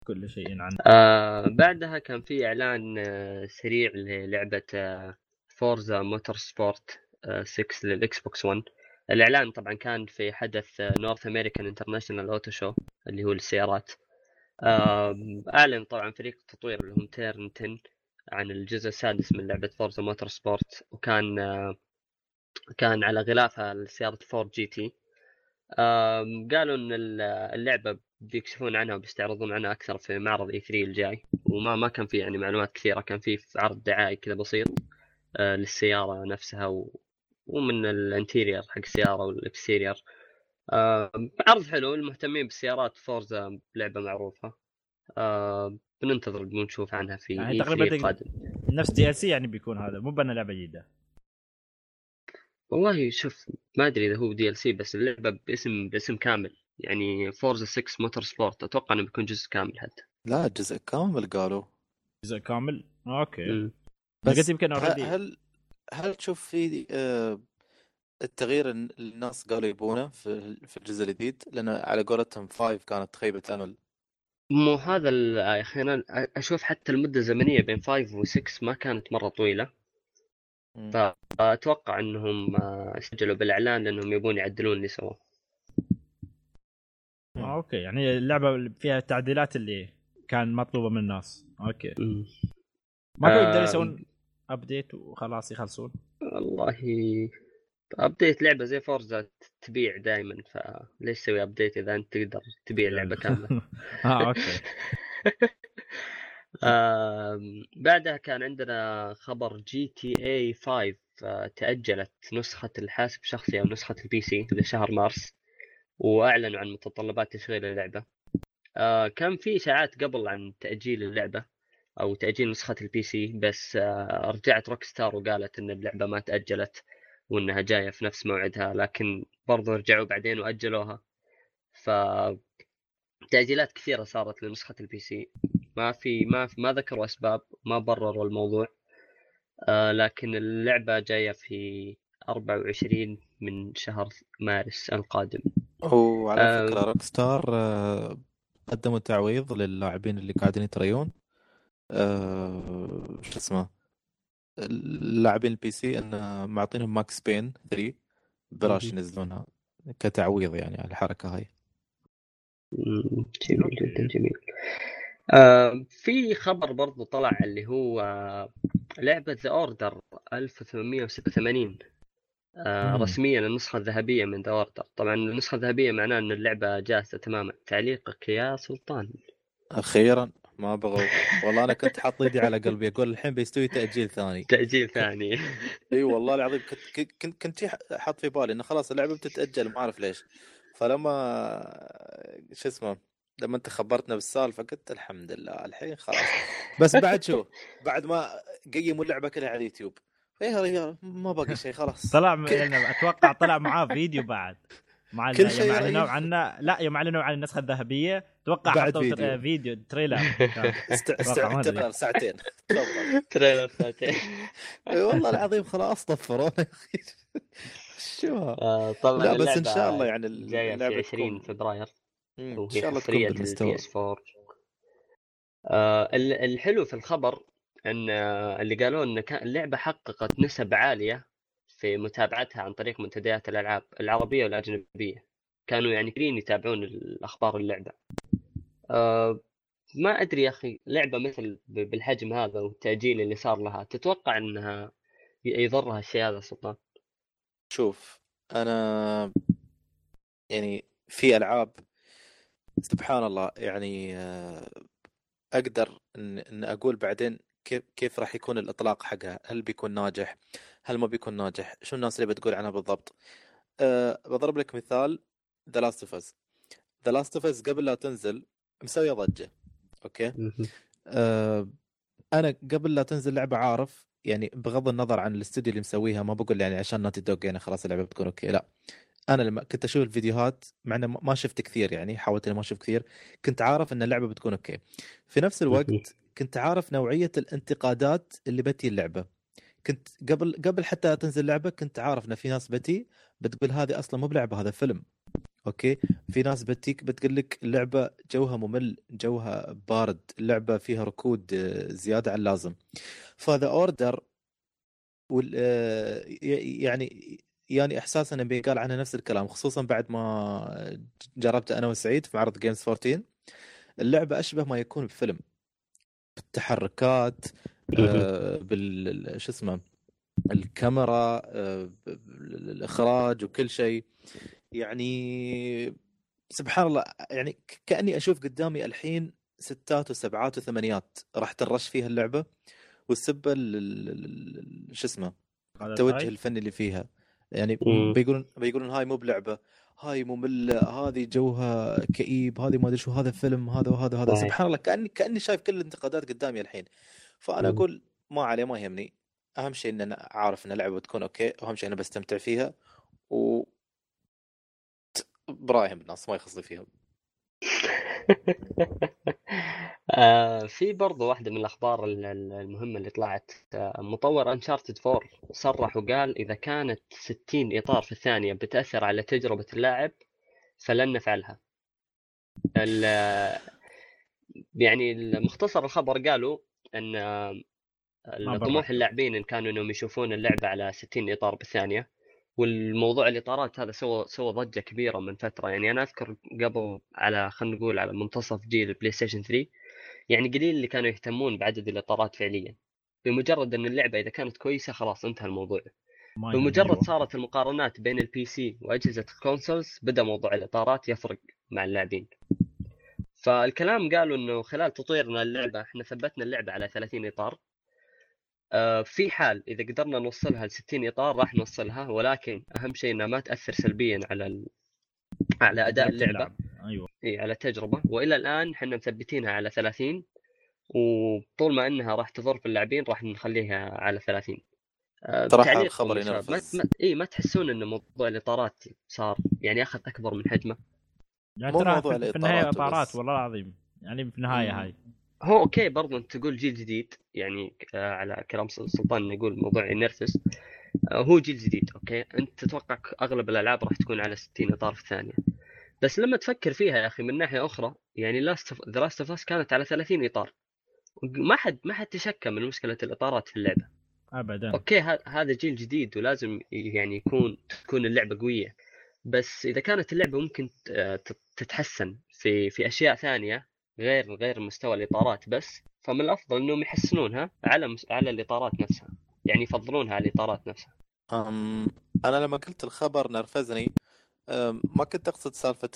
Speaker 3: كل شيء عنه.
Speaker 1: بعدها كان في اعلان سريع للعبه فورزا موتور سبورت 6 للاكس بوكس 1. الاعلان طبعا كان في حدث نورث امريكان انترناشونال اوتو شو اللي هو السيارات. اعلن طبعا فريق التطوير اللي هم تيرن 10 عن الجزء السادس من لعبه فورزا موتور سبورت، وكان كان على غلافها السيارة فورد جي تي. قالوا ان اللعبة بيكشفون عنها وبيستعرضون عنها اكثر في معرض E3 الجاي، وما كان في يعني معلومات كثيرة، كان في عرض دعائي كذا بسيط للسيارة نفسها ومن الانتيرير حق السيارة والاكستيرير. عرض حلو المهتمين بالسيارات. فورزا لعبة معروفة، بننتظر نشوف عنها في
Speaker 3: يعني
Speaker 1: E3
Speaker 3: تقريبا
Speaker 1: القادم.
Speaker 3: نفس DLC يعني بيكون هذا، مو بأنه لعبة جديدة.
Speaker 1: والله شوف ما ادري اذا هو DLC، بس اللعبه باسم كامل يعني فورزا 6 موتور سبورت، اتوقع انه بيكون جزء كامل حتى.
Speaker 2: لا جزء كامل قالوا.
Speaker 3: جزء كامل اوكي.
Speaker 1: مم.
Speaker 3: قلت
Speaker 2: بس
Speaker 3: يمكن اوريدي.
Speaker 2: هل تشوف في التغيير الناس قالوا يبونه في الجزء الجديد؟ لأن على قولتهم 5 كانت خيبة أمل.
Speaker 1: مو هذا يا اخي، انا اشوف حتى المده الزمنيه بين 5 و6 ما كانت مره طويله، فاتوقع انهم سجلوا بالاعلان لانهم يبون يعدلون اللي سووه.
Speaker 3: اوكي يعني اللعبه فيها التعديلات اللي كان مطلوبه من الناس. اوكي ما كانوا يقدروا يسوون ابديت وخلاص يخلصون؟
Speaker 1: والله ابديت لعبه زي فورزا تبيع دائما، فليش تسوي ابديت اذا انت تقدر تبيع اللعبه كامله؟
Speaker 3: اوكي.
Speaker 1: بعدها كان عندنا خبر GTA 5 تأجلت نسخة الحاسب الشخصي أو نسخة البي سي لشهر مارس، وأعلنوا عن متطلبات تشغيل اللعبة. كان في إشاعات قبل عن تأجيل اللعبة أو تأجيل نسخة البي سي، بس رجعت روكستار وقالت إن اللعبة ما تأجلت وإنها جاية في نفس موعدها، لكن برضو رجعوا بعدين وأجلوها. فتأجيلات كثيرة صارت لنسخة البي سي، ما ذكروا أسباب، ما برروا الموضوع. لكن اللعبة جاية في 24 من شهر مارس القادم.
Speaker 2: وعلى فكرة روك ستار قدموا تعويض للاعبين اللي قاعدين يتريون شو اسمه اللاعبين البي سي، ان معطينهم ماكس بين 3 بلاش ينزلونها كتعويض يعني على الحركة هاي.
Speaker 1: جميل جدا جميل. في خبر برضو طلع اللي هو لعبة The Order 1886 رسميا النسخة الذهبية من The Order. طبعا النسخة الذهبية معناه أن اللعبة جاهزة تماما. تعليقك يا سلطان؟
Speaker 2: أخيرا ما بغوا والله. أنا كنت حاط يدي على قلبي أقول الحين بيستوي تأجيل ثاني.
Speaker 1: تأجيل ثاني.
Speaker 2: اي والله العظيم كنت حاط في بالي انه خلاص اللعبه بتتاجل، ما اعرف ليش. فلما شو اسمه لما انت خبرتنا بالسالفه قلت الحمد لله الحين خلاص. بس بعد شو بعد ما قيموا اللعبه كلها على اليوتيوب يا رجال ما باقي شيء خلاص.
Speaker 3: طلع اتوقع طلع معاه فيديو بعد مع
Speaker 2: كل شيء
Speaker 3: يوم اعلنوا عنه. لا يوم اعلنوا عن النسخه الذهبيه اتوقع حطوا فيديو تريلر
Speaker 2: تريلر ساعتين.
Speaker 1: تريلر ساعتين.
Speaker 2: والله العظيم خلاص طفرونا يا اخي. شو
Speaker 1: طبعا
Speaker 2: لا بس ان شاء الله يعني
Speaker 1: جايه في 20 فبراير
Speaker 2: ان شاء الله تكون بالمستوى.
Speaker 1: البي اس 4. الحلو في الخبر ان اللي قالوا ان اللعبه حققت نسب عاليه في متابعتها عن طريق منتديات الالعاب العربيه والاجنبيه. كانوا يعني كثيرين يتابعون الاخبار اللعبه. ما ادري يا اخي، لعبه مثل بالحجم هذا والتاجيل اللي صار لها، تتوقع انها يضرها الشيء هذا سلطان؟
Speaker 2: شوف انا يعني في العاب سبحان الله يعني اقدر ان اقول بعدين كيف راح يكون الاطلاق حقها. هل بيكون ناجح هل ما بيكون ناجح، شو الناس اللي بتقول عنها بالضبط. بضرب لك مثال The Last of Us. The Last of Us قبل لا تنزل مسوية ضجة اوكي. انا قبل لا تنزل لعبة عارف يعني بغض النظر عن الاستوديو اللي مسويها، ما بقول يعني عشان ناتي دوغ يعني خلاص اللعبة بتكون اوكي، لا انا لما كنت اشوف الفيديوهات مع انه ما شفت كثير يعني حاولت اني ما اشوف كثير، كنت عارف ان اللعبة بتكون اوكي. في نفس الوقت كنت عارف نوعية الانتقادات اللي بتي اللعبة. كنت قبل حتى تنزل اللعبة كنت عارف ان في ناس بتقول هذه اصلا مو بلعبة هذا فيلم. اوكي، في ناس بتقول لك اللعبه جوها ممل، جوها بارد، اللعبه فيها ركود زياده عن اللازم. فذا اوردر يعني احساس انه بيقال عنها نفس الكلام، خصوصا بعد ما جربت انا وسعيد في معرض جيمز 14. اللعبه اشبه ما يكون بفيلم، بالتحركات، شو اسمه، الكاميرا، الاخراج وكل شيء. يعني سبحان الله، يعني كأني اشوف قدامي الحين ستات وسبعات وثمانيات راح ترش فيها اللعبة، والسبة شو اسمه،
Speaker 3: هذا
Speaker 2: التوجه
Speaker 3: الهاي.
Speaker 2: الفني اللي فيها. يعني
Speaker 1: مم.
Speaker 2: بيقولون هاي مو بلعبة، هاي مملة، هذه جوها كئيب، هذه ما ادري شو، هذا فيلم، هذا وهذا وهذا.
Speaker 1: صحيح.
Speaker 2: سبحان الله، كأني شايف كل الانتقادات قدامي الحين. فانا
Speaker 1: مم.
Speaker 2: اقول ما عليه، ما يهمني. اهم شيء ان انا عارف ان اللعبة بتكون اوكي، واهم شيء انا بستمتع فيها، وبرايهم الناس ما يخصني فيهم.
Speaker 1: في برضو واحدة من الأخبار المهمة اللي طلعت. مطور أنشارتد 4 صرح وقال إذا كانت 60 إطار في الثانية بتأثر على تجربة اللاعب فلن نفعلها. يعني المختصر الخبر قالوا أن
Speaker 3: ما
Speaker 1: طموح
Speaker 3: بنركب.
Speaker 1: اللاعبين إن كانوا إنهم يشوفون اللعبة على 60 إطار بالثانية. والموضوع الإطارات هذا سوى ضجة كبيرة من فترة. يعني أنا أذكر قبل، على خلينا نقول على منتصف جيل البلاي ستيشن 3، يعني قليل اللي كانوا يهتمون بعدد الإطارات فعليا. بمجرد أن اللعبة إذا كانت كويسة خلاص انتهى الموضوع.
Speaker 3: ما يهم،
Speaker 1: بمجرد
Speaker 3: ايوه.
Speaker 1: صارت المقارنات بين البي سي وأجهزة الكونسولز بدأ موضوع الإطارات يفرق مع اللاعبين. فالكلام قالوا أنه خلال تطويرنا اللعبة احنا ثبتنا اللعبة على 30 إطار. في حال إذا قدرنا نوصلها ل 60 إطار راح نوصلها، ولكن أهم شيء أنها ما تأثر سلبيا على أداء
Speaker 3: تجربة
Speaker 1: اللعبة.
Speaker 3: اللعب، ايوه.
Speaker 1: على التجربة. وإلى الآن احنا مثبتينها على 30، وطول ما انها راح تضر في اللاعبين راح نخليها على 30.
Speaker 2: صراحة
Speaker 1: تعليقكم
Speaker 2: الخبر
Speaker 1: يا شباب،
Speaker 2: ينرفز.
Speaker 1: ما تحسون ان موضوع الاطارات صار يعني اخذ اكبر من حجمه؟
Speaker 3: يعني
Speaker 2: مو
Speaker 3: ترى
Speaker 2: موضوع
Speaker 3: في النهايه
Speaker 2: الإطارات
Speaker 3: اطارات،
Speaker 2: وبس.
Speaker 3: والله العظيم. يعني في النهايه هاي.
Speaker 1: هو اوكي برضو انت تقول جيل جديد، يعني على كلام سلطان يقول موضوع ينرفز. هو جيل جديد اوكي، انت تتوقع اغلب الالعاب راح تكون على 60 اطار في الثانيه. بس لما تفكر فيها يا اخي من ناحيه اخرى، يعني ذا لاست اوف اس كانت على 30 اطار. ما حد تشكى من مشكله الاطارات في اللعبه.
Speaker 3: ابدا.
Speaker 1: اوكي هذا جيل جديد ولازم يعني تكون اللعبة قوية. بس اذا كانت اللعبة ممكن تتحسن في اشياء ثانية غير مستوى الاطارات بس، فمن الافضل انهم يحسنونها على الاطارات نفسها. يعني يفضلونها على الاطارات نفسها.
Speaker 2: أم أنا لما قلت الخبر نرفزني، ما كنت أقصد سالفة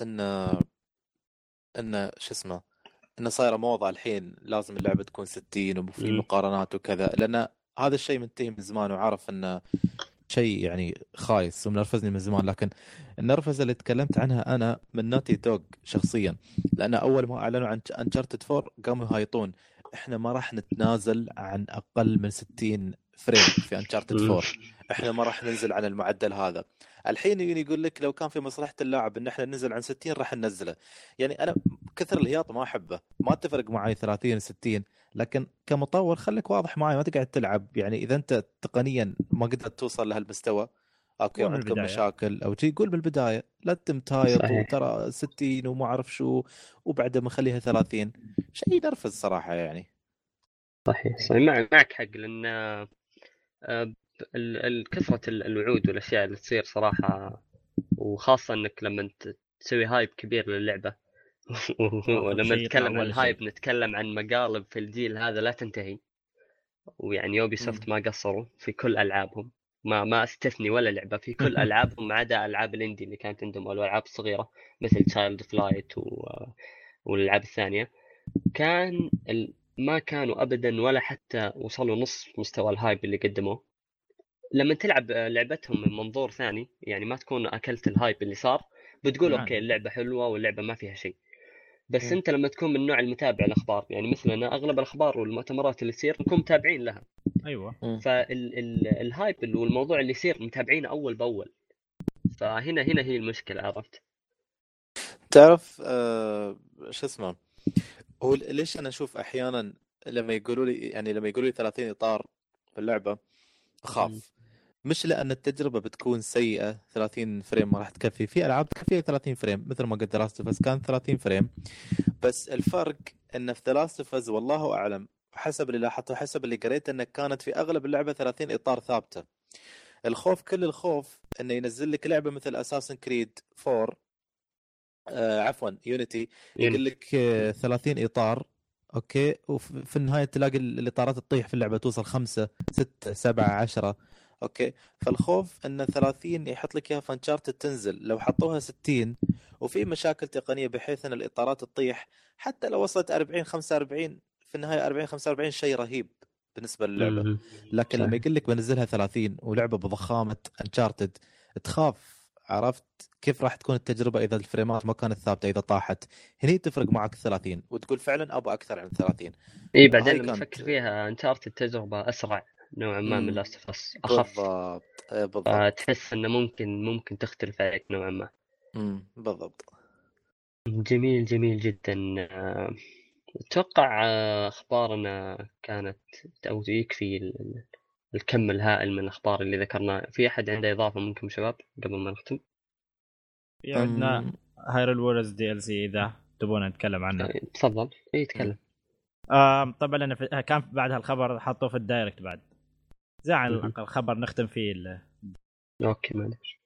Speaker 2: إن شو اسمه، إنه صايرة موضة الحين لازم اللعبة تكون 60 وفي
Speaker 1: امم
Speaker 2: مقارنات وكذا، لأن هذا الشيء منتهي من زمان، وعارف إنه شيء يعني خايس ومنرفزني من زمان. لكن النرفزة اللي تكلمت عنها أنا من ناتي دوغ شخصيا، لأن أول ما أعلنوا عن أنشارتد 4 قاموا يهايطون: إحنا ما راح نتنازل عن أقل من 60 فريم في أنشارتد 4، إحنا ما راح ننزل عن المعدل هذا. الحين يقول لك لو كان في مصلحة اللاعب إن إحنا ننزل عن 60 راح ننزله. يعني أنا كثر الهياط ما أحبه، ما تفرق معي 30 60، لكن كمطور خليك واضح معي، ما تقعد تلعب. يعني اذا انت تقنيا ما قدرت توصل لهالمستوى، اوكي،
Speaker 3: قول من
Speaker 2: وعندكم
Speaker 3: البدايه.
Speaker 2: مشاكل او شيء، قول بالبدايه، لا تتم تايط
Speaker 1: صحيح.
Speaker 2: وترى 60 وما اعرف شو، وبعدها مخليها 30. شيء ينرفز صراحه يعني.
Speaker 1: صحيح معك حق. لان كثرة الوعود والاشياء اللي تصير صراحة، وخاصة انك لما تسوي هايب كبير للعبة. ولما
Speaker 3: شيء يطلع
Speaker 1: نتكلم عن
Speaker 3: ولا شيء.
Speaker 1: الهايب نتكلم عن مقالب في الجيل هذا لا تنتهي. ويعني يوبي
Speaker 2: مم.
Speaker 1: سوفت ما قصروا في كل العابهم. ما استثني ولا لعبه في كل العابهم ما عدا العاب الاندي اللي كانت عندهم، او الالعاب الصغيره مثل تشايلد فلايت والالعاب الثانيه. ما كانوا ابدا ولا حتى وصلوا نص مستوى الهايب اللي قدموه. لما تلعب لعبتهم من منظور ثاني، يعني ما تكون اكلت الهايب اللي صار، بتقول اوكي
Speaker 3: يعني
Speaker 1: اللعبه حلوه واللعبه ما فيها شيء. بس
Speaker 2: مم.
Speaker 1: انت لما تكون من نوع المتابع الاخبار، يعني مثلنا اغلب الاخبار والمؤتمرات اللي تصير نكون متابعين لها.
Speaker 3: ايوه.
Speaker 2: مم.
Speaker 1: فالهايب والموضوع اللي يصير متابعينه اول باول. فهنا هي المشكله، عرفت؟
Speaker 2: تعرف شو اسمه، هو ليش انا اشوف احيانا لما يقولوا لي 30 اطار في اللعبه
Speaker 1: مم.
Speaker 2: اخاف؟ مش لأن التجربة بتكون سيئة 30 فريم ما راح تكفي. في ألعاب تكفي 30 فريم مثل ما قلت لاست اوف اس كان 30 فريم. بس الفرق ان في لاست اوف اس والله أعلم حسب اللي لاحظته حسب اللي قريت انه كانت في اغلب اللعبة 30 اطار ثابتة. الخوف كل الخوف انه ينزل لك لعبة مثل اساسن كريد 4 عفوا يونيتي يقول لك 30 اطار اوكي وفي النهايه تلاقي الاطارات تطيح في اللعبه توصل 5 6 7 10 اوكي. فالخوف ان 30 يحط لك اياها فانشارتد تنزل لو حطوها 60 وفي مشاكل تقنيه بحيث ان الاطارات تطيح حتى لو وصلت 40 45 في النهايه 40 45 شيء رهيب بالنسبه للعبه. لكن لما يقول لك بنزلها 30 ولعبه بضخامه انشارتد تخاف. عرفت كيف راح تكون التجربة إذا الفريمات ما كانت ثابتة إذا طاحت؟ هني تفرق معك 30 وتقول فعلا أبغى أكثر عن 30.
Speaker 1: اي بعدين
Speaker 2: هاي
Speaker 1: لما
Speaker 2: كانت
Speaker 1: تفكر فيها انشارت التجربة اسرع نوعا ما من لاست اوف اس، اخف.
Speaker 2: بالضبط بالضبط.
Speaker 1: تحس انه ممكن تختلف عليك نوعا ما.
Speaker 2: بالضبط.
Speaker 1: جميل جميل جدا. اتوقع اخبارنا كانت او يكفي الكم الهائل من الاخبار اللي ذكرناه. في احد عنده اضافة ممكن شباب قبل ما نختم؟
Speaker 3: في عندنا هايرول وورز دي ال سي اذا تبون نتكلم عنه.
Speaker 1: تفضل. اي تكلم.
Speaker 3: طبعا انا كان بعد هالخبر حطوه في الدايركت بعد زعل الخبر نختم فيه
Speaker 1: اوكي معلش.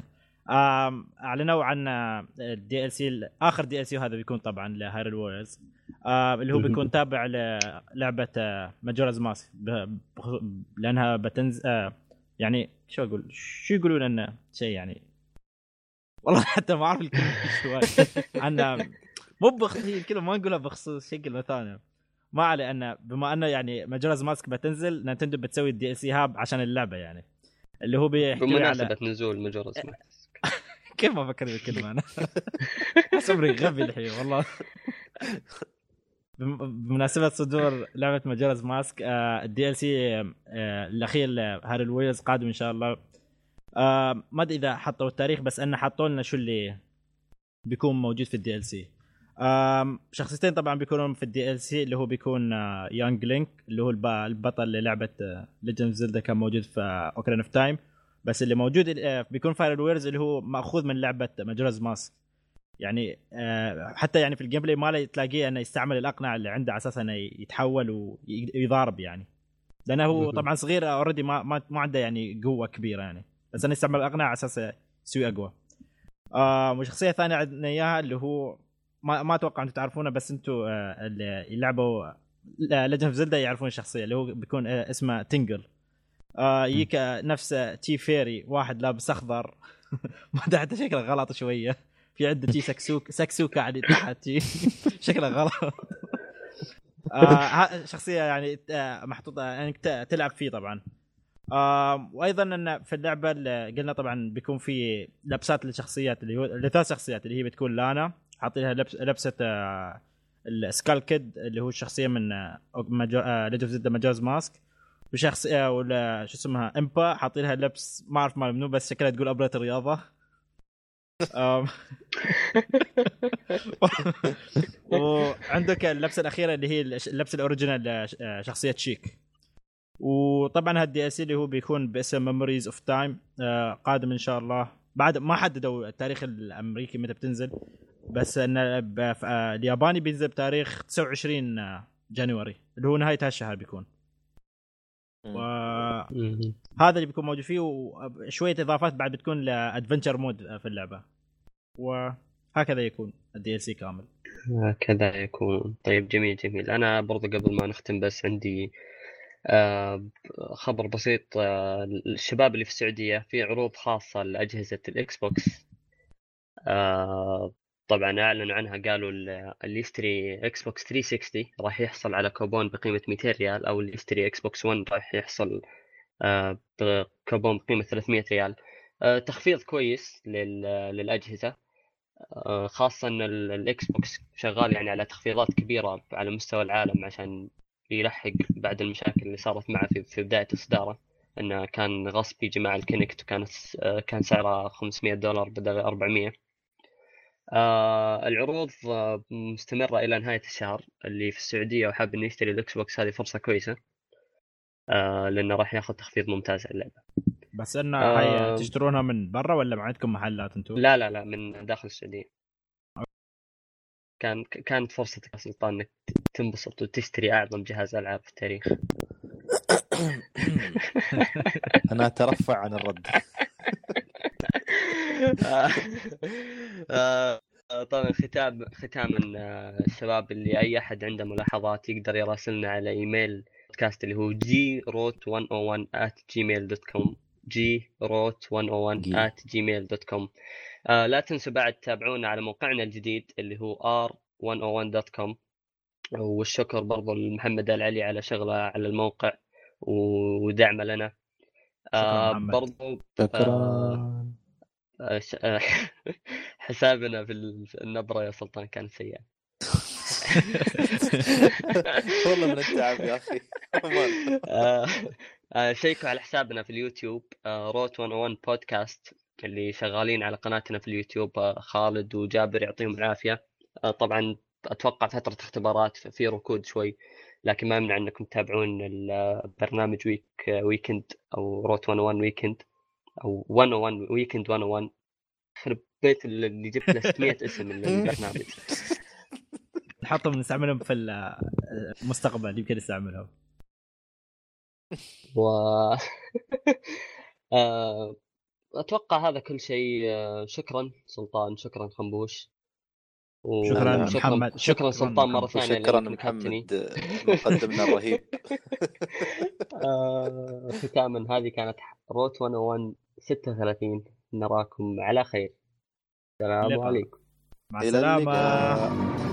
Speaker 3: اعلنوا عن الدي ال سي اخر دي ال سي، وهذا بيكون طبعا لهايرول وورز اللي هو بيكون تابع للعبه ماجورز ماسك لانها بتنزل يعني شو اقول شو يقولون انه شيء يعني والله حتى ما اعرف الكلمه شو عن مو هي الكلمه ما نقولها بخصوص شيء كلمه ثانيه ما عليه. انه بما انه يعني ماجورز ماسك بتنزل نينتندو بتسوي الدي ال سي هاب عشان اللعبه يعني اللي هو بيحتوي
Speaker 1: بمناسبة
Speaker 3: على
Speaker 1: نزول ماجورز ماسك.
Speaker 3: كيف ما فكرت بالكلمه انا حسب غبي الحين والله. بمناسبة صدور لعبة ماجورز ماسك الدي ال سي الأخير لهاري الويلز قادم إن شاء الله. ما أدري إذا حطوا التاريخ بس أن حطوا لنا شو اللي بيكون موجود في الدي ال سي. شخصيتين طبعا بيكونون في الدي ال سي اللي هو بيكون يونج لينك اللي هو البطل للعبة ليجند زلدا كان موجود في اوكرين اوف تايم، بس اللي موجود بيكون فاير الويرز اللي هو مأخوذ من لعبة ماجورز ماسك. يعني حتى يعني في الجيم بلاي ماله تلاقيه انه يستعمل الاقنعه اللي عنده على اساس انه يتحول ويضارب يعني، لانه هو طبعا صغير اوريدي ما عنده يعني قوه كبيره يعني، بس انه يستعمل الاقنعه على اساس يسوي اقوى. وشخصيه ثانيه عندنا اياها اللي هو ما اتوقع انتم تعرفونه، بس انتم اللي يلعبوا ليجند اوف زلدا يعرفون الشخصيه اللي هو بيكون اسمه تينجل. يجيك نفس تي فيري واحد لابس اخضر ما ادري حتى شكله غلط شويه، في عده سكسوكه على تحت شكله غلط. شخصيه يعني محطوطه انك تلعب فيه طبعا. وايضا ان في اللعبه اللي قلنا طبعا بيكون في لبسات للشخصيات اللي هو لثلاث شخصيات اللي هي بتكون لانا حاطين لها لبسه السكال كيد اللي هو الشخصيه من ليجند اوف زلدا ماجورز ماسك، وشخصيه ولا شو اسمها امبا حاطين لها لبس ما اعرف مال منو بس شكلها تقول ابله الرياضه. وعندك اللبسه الاخيره اللي هي اللبسه الاوريجينال لشخصيه شيك. وطبعا هالدي ال سي اللي هو بيكون باسم ميموريز اوف تايم قادم ان شاء الله. بعد ما حددوا التاريخ الامريكي متى بتنزل، بس ان الياباني بينزل بتاريخ 29 جانوري اللي هو نهايه هالشهر بيكون. وهذا اللي بيكون موجود فيه، وشويه اضافات بعد بتكون لادفنتشر مود في اللعبه. وهكذا يكون الدي ال سي كامل.
Speaker 1: هكذا يكون. طيب جميل جميل. انا برضو قبل ما نختم بس عندي خبر بسيط. الشباب اللي في السعودية في عروض خاصة لأجهزة الإكس بوكس. طبعا أعلنوا عنها، قالوا اللي يشتري إكس بوكس 360 راح يحصل على كوبون بقيمة 200 ريال، أو اللي يشتري إكس بوكس 1 راح يحصل بكوبون بقيمة 300 ريال. تخفيض كويس للأجهزة، خاصة أن الإكس بوكس شغال يعني على تخفيضات كبيرة على مستوى العالم عشان يلحق بعد المشاكل اللي صارت معه في بداية إصداره، أنه كان غصب يجي مع الكينكت وكانت كان سعرها $500 بدل 400. العروض مستمرة إلى نهاية الشهر. اللي في السعودية وحاب إنه يشتري الإكس بوكس هذه فرصة كويسة، لأنه راح ياخذ تخفيض ممتاز على اللعبة.
Speaker 3: بس انه تشترونها من برا ولا ما عندكم محلات انتم؟
Speaker 1: لا من داخل السعوديه. كانت فرصتك يا سلطان انك تنبسط وتشتري اعظم جهاز العاب في التاريخ.
Speaker 2: انا اترفع عن الرد.
Speaker 1: طبعا ختاما الشباب اللي اي احد عنده ملاحظات يقدر يراسلنا على ايميل بودكاست اللي هو grot101@gmail.com grot101@gmail.com. لا تنسوا بعد تتابعونا على موقعنا الجديد اللي هو r101.com. والشكر برضو لمحمد العلي على شغله على الموقع ودعمه لنا.
Speaker 3: شكرا محمد.
Speaker 1: برضو
Speaker 2: شكرا.
Speaker 1: حسابنا في النبرة يا سلطان كان سيء.
Speaker 2: والله من التعب يا أخي.
Speaker 1: شيكوا على حسابنا في اليوتيوب روت 101 بودكاست اللي شغالين على قناتنا في اليوتيوب، خالد وجابر يعطيهم العافية. طبعا أتوقع فترة اختبارات في ركود شوي، لكن ما يمنع أنكم تتابعون البرنامج ويكند أو روت 101 ويكند أو 101 ويكند 101. خرب بيت اللي جبت له 600 اسم للبرنامج.
Speaker 3: نحطهم نستعملهم في المستقبل، يمكن نستعملهم.
Speaker 1: أتوقع هذا كل شيء. شكرا سلطان، شكرا خنبوش،
Speaker 3: شكرا محمد،
Speaker 1: شكرا سلطان مرة ثانية.
Speaker 2: شكرا محمد مقدمنا الرهيب.
Speaker 1: ختاما هذه كانت روت 101 36. نراكم على خير. السلام عليكم.
Speaker 3: مع السلامة.